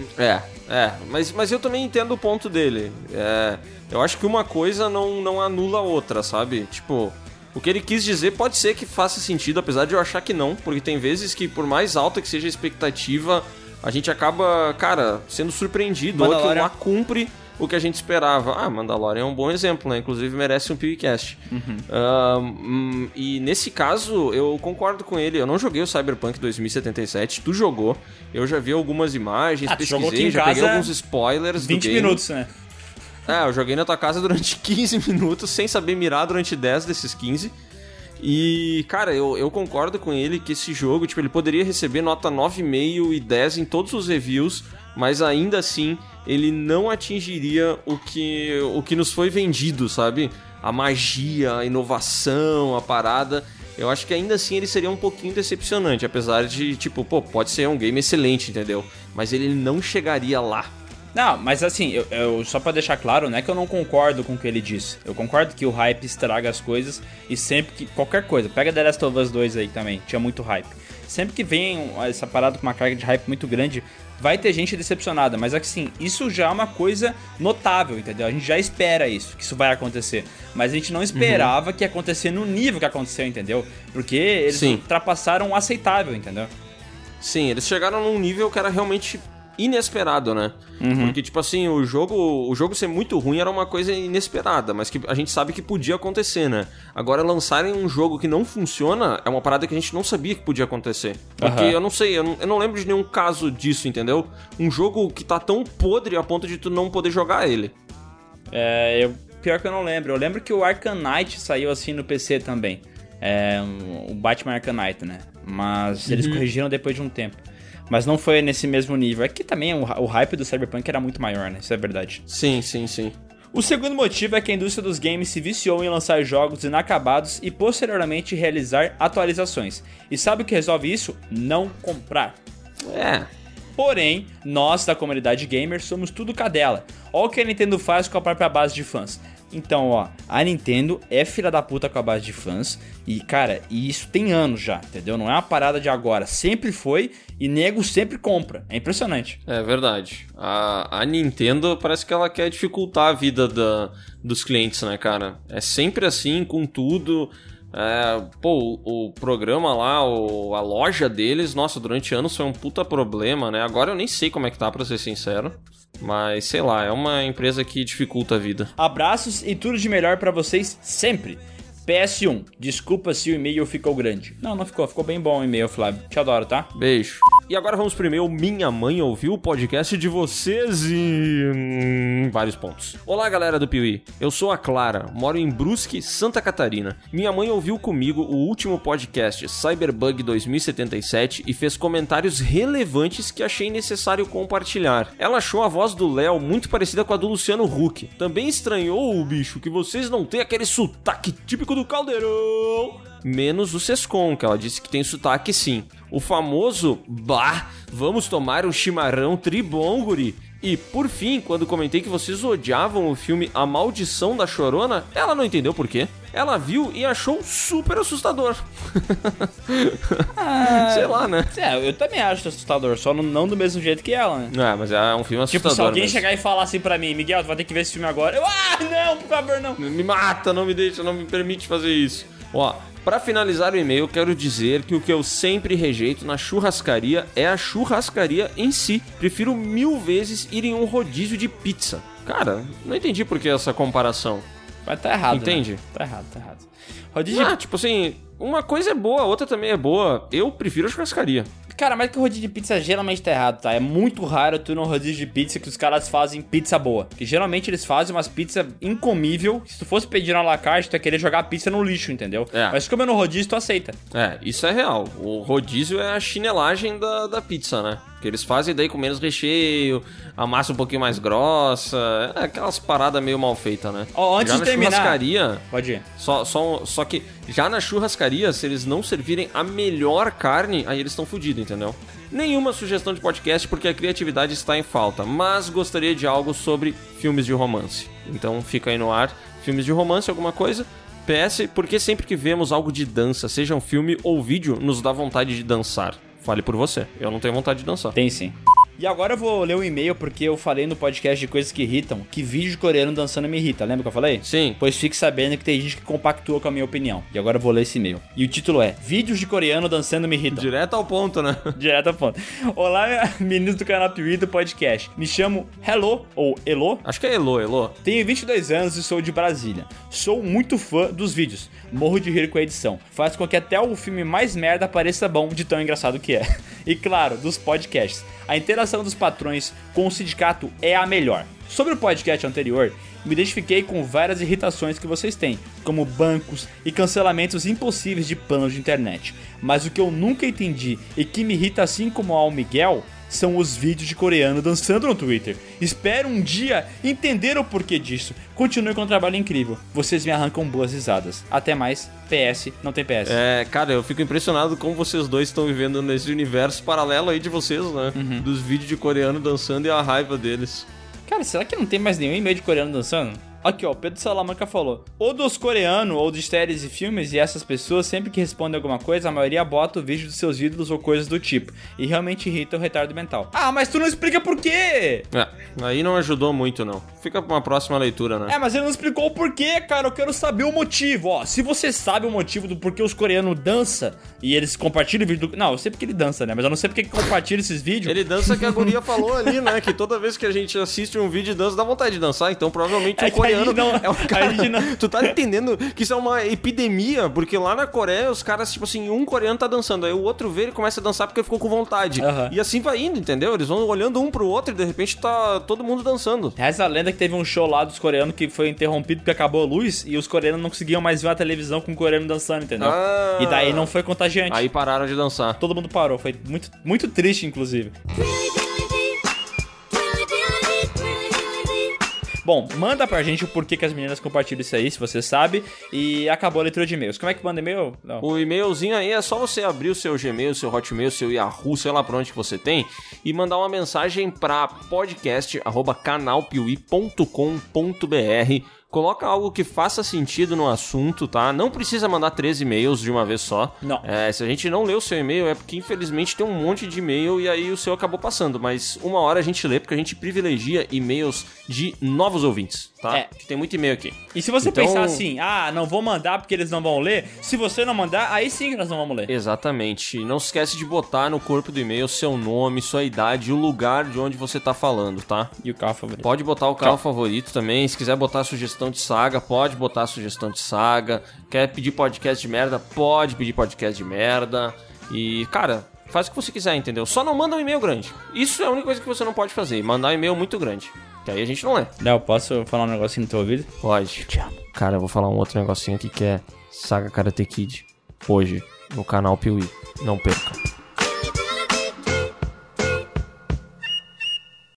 Mas eu também entendo o ponto dele. Eu acho que uma coisa não anula a outra, sabe? Tipo... O que ele quis dizer pode ser que faça sentido, apesar de eu achar que não, porque tem vezes que, por mais alta que seja a expectativa, a gente acaba, cara, sendo surpreendido, ou que lá cumpre o que a gente esperava. Mandalorian é um bom exemplo, né? Inclusive merece um PewCast. Uhum. E nesse caso, eu concordo com ele. Eu não joguei o Cyberpunk 2077, tu jogou. Eu já vi algumas imagens, pesquisei, já peguei alguns spoilers 20 do game. minutos, né? Eu joguei na tua casa durante 15 minutos, sem saber mirar durante 10 desses 15. E, cara, eu concordo com ele que esse jogo, ele poderia receber nota 9,5 e 10 em todos os reviews, mas ainda assim, ele não atingiria o que nos foi vendido, sabe? A magia, a inovação, a parada. Eu acho que ainda assim ele seria um pouquinho decepcionante, apesar de, pode ser um game excelente, entendeu? Mas ele não chegaria lá. Não, mas assim, eu só pra deixar claro, não é que eu não concordo com o que ele disse. Eu concordo que o hype estraga as coisas e sempre que... Qualquer coisa, pega The Last of Us 2 aí também, tinha muito hype. Sempre que vem essa parada com uma carga de hype muito grande, vai ter gente decepcionada. Mas assim, isso já é uma coisa notável, entendeu? A gente já espera isso, que isso vai acontecer. Mas a gente não esperava que ia acontecer no nível que aconteceu, entendeu? Porque eles ultrapassaram o aceitável, entendeu? Sim, eles chegaram num nível que era realmente inesperado, né? Porque, tipo assim, o jogo ser muito ruim era uma coisa inesperada, mas que a gente sabe que podia acontecer, né? Agora, lançarem um jogo que não funciona é uma parada que a gente não sabia que podia acontecer. Porque eu não sei, eu não lembro de nenhum caso disso, entendeu? Um jogo que tá tão podre a ponto de tu não poder jogar ele. Pior que eu não lembro. Eu lembro que o Arkham Knight saiu assim no PC também. O Batman Arkham Knight, né? Mas eles corrigiram depois de um tempo. Mas não foi nesse mesmo nível. Aqui também o hype do Cyberpunk era muito maior, né? Isso é verdade. Sim. O segundo motivo é que a indústria dos games se viciou em lançar jogos inacabados e posteriormente realizar atualizações. E sabe o que resolve isso? Não comprar. Porém, nós da comunidade gamer somos tudo cadela. Olha o que a Nintendo faz com a própria base de fãs. Então, ó, a Nintendo é filha da puta com a base de fãs. E, cara, isso tem anos já, entendeu? Não é uma parada de agora. Sempre foi e nego sempre compra. É impressionante. É verdade. A Nintendo parece que ela quer dificultar a vida dos clientes, né, cara? É sempre assim, com tudo. O programa lá, a loja deles, nossa, durante anos foi um puta problema, né? Agora eu nem sei como é que tá, pra ser sincero. Mas, sei lá, é uma empresa que dificulta a vida. Abraços e tudo de melhor pra vocês sempre. PS1, desculpa se o e-mail ficou grande. Não ficou. Ficou bem bom o e-mail, Flávio. Te adoro, tá? Beijo. E agora vamos pro e-mail. Minha mãe ouviu o podcast de vocês e... vários pontos. Olá, galera do Piuí. Eu sou a Clara, moro em Brusque, Santa Catarina. Minha mãe ouviu comigo o último podcast, Cyberbug 2077, e fez comentários relevantes que achei necessário compartilhar. Ela achou a voz do Léo muito parecida com a do Luciano Huck. Também estranhou, bicho, que vocês não têm aquele sotaque típico do Caldeirão. Menos o Sescon, que ela disse que tem sotaque sim. O famoso bah, vamos tomar um chimarrão tribom, guri. E, por fim, quando comentei que vocês odiavam o filme A Maldição da Chorona, ela não entendeu por quê. Ela viu e achou super assustador. Sei lá, né? Eu também acho assustador, só não do mesmo jeito que ela, né? Mas é um filme assustador. Tipo, se alguém mesmo chegar e falar assim pra mim, Miguel, tu vai ter que ver esse filme agora. Não, por favor, não. Me mata, não me deixa, não me permite fazer isso. Ó, pra finalizar o e-mail, quero dizer que o que eu sempre rejeito na churrascaria é a churrascaria em si. Prefiro 1000 vezes ir em um rodízio de pizza. Cara, não entendi por que essa comparação. Mas tá errado, entende? Né? Tá errado. Rodízio... tipo assim, uma coisa é boa, a outra também é boa. Eu prefiro a churrascaria. Cara, mas que o rodízio de pizza geralmente tá errado, tá? É muito raro tu ir num rodízio de pizza que os caras fazem pizza boa. Porque geralmente eles fazem umas pizzas incomível. Se tu fosse pedir na la carte, tu ia querer jogar a pizza no lixo, entendeu? Mas se comer no rodízio, tu aceita. Isso é real. O rodízio é a chinelagem da pizza, né? Que eles fazem daí com menos recheio, a massa um pouquinho mais grossa, aquelas paradas meio mal feitas, né? Antes de terminar, churrascaria, pode ir. Só que já na churrascaria, se eles não servirem a melhor carne, aí eles estão fodidos, entendeu? Nenhuma sugestão de podcast porque a criatividade está em falta, mas gostaria de algo sobre filmes de romance. Então fica aí no ar, filmes de romance, alguma coisa? PS, porque sempre que vemos algo de dança, seja um filme ou vídeo, nos dá vontade de dançar. Fale por você, eu não tenho vontade de dançar. Tem sim. E agora eu vou ler um e-mail porque eu falei no podcast de coisas que irritam, que vídeo de coreano dançando me irrita, lembra que eu falei? Sim. Pois fique sabendo que tem gente que compactua com a minha opinião. E agora eu vou ler esse e-mail. E o título é Vídeos de coreano dançando me irritam. Direto ao ponto, né? Direto ao ponto. Olá, meninos do canal Piuí do podcast. Me chamo Hello, ou Elo. Acho que é Elo. Tenho 22 anos e sou de Brasília. Sou muito fã dos vídeos. Morro de rir com a edição. Faz com que até o filme mais merda pareça bom de tão engraçado que é. E claro, dos podcasts. A interação dos patrões com o sindicato é a melhor. Sobre o podcast anterior, me identifiquei com várias irritações que vocês têm, como bancos e cancelamentos impossíveis de planos de internet. Mas o que eu nunca entendi e que me irrita assim como ao Miguel são os vídeos de coreano dançando no Twitter. Espero um dia entender o porquê disso. Continue com um trabalho incrível. Vocês me arrancam boas risadas. Até mais. PS, não tem PS. Cara, eu fico impressionado como vocês dois estão vivendo nesse universo paralelo aí de vocês, né? Dos vídeos de coreano dançando e a raiva deles. Cara, será que não tem mais nenhum e-mail de coreano dançando? Aqui, ó, o Pedro Salamanca falou: ou dos coreanos, ou de séries e filmes, e essas pessoas, sempre que respondem alguma coisa, a maioria bota o vídeo dos seus ídolos ou coisas do tipo. E realmente irrita o retardo mental. Ah, mas tu não explica por quê! Aí não ajudou muito, não. Fica pra uma próxima leitura, né? Mas ele não explicou o porquê, cara. Eu quero saber o motivo. Ó, se você sabe o motivo do porquê os coreanos dançam e eles compartilham o vídeo do... Não, eu sei porque ele dança, né? Mas eu não sei porque que compartilha esses vídeos. Ele dança que a guria falou ali, né? Que toda vez que a gente assiste um vídeo de dança, dá vontade de dançar. Então provavelmente o coreano é um cara... Tu tá entendendo que isso é uma epidemia? Porque lá na Coreia, os caras, tipo assim, um coreano tá dançando, aí o outro vê, ele começa a dançar porque ficou com vontade. E assim vai indo, entendeu? Eles vão olhando um pro outro e de repente tá todo mundo dançando. Essa lenda que teve um show lá dos coreanos que foi interrompido porque acabou a luz e os coreanos não conseguiam mais ver a televisão com o coreano dançando, entendeu? E daí não foi contagiante. Aí pararam de dançar. Todo mundo parou, foi muito, muito triste, inclusive. Bom, manda pra gente o porquê que as meninas compartilham isso aí, se você sabe. E acabou a leitura de e-mails. Como é que manda e-mail? Não. O e-mailzinho aí é só você abrir o seu Gmail, seu Hotmail, seu Yahoo, sei lá pra onde que você tem, e mandar uma mensagem pra podcast@canalpiuí.com.br. Coloca algo que faça sentido no assunto, tá? Não precisa mandar 3 e-mails de uma vez só. Não. Se a gente não lê o seu e-mail, é porque infelizmente tem um monte de e-mail e aí o seu acabou passando. Mas uma hora a gente lê, porque a gente privilegia e-mails de novos ouvintes, tá? Que tem muito e-mail aqui. E se você pensar assim, não vou mandar porque eles não vão ler, se você não mandar, aí sim que nós não vamos ler. Exatamente. Não se esquece de botar no corpo do e-mail seu nome, sua idade e o lugar de onde você tá falando, tá? E o carro favorito. Pode botar o carro favorito também. Se quiser botar sugestão de saga, pode botar sugestão de saga. Quer pedir podcast de merda? Pode pedir podcast de merda. E, cara, faz o que você quiser, entendeu? Só não manda um e-mail grande. Isso é a única coisa que você não pode fazer. Mandar um e-mail muito grande. Que aí a gente não lê. Léo, posso falar um negocinho no teu ouvido? Pode. Eu te amo. Cara, eu vou falar um outro negocinho aqui que é Saga Karate Kid. Hoje, no canal Piuí. Não perca.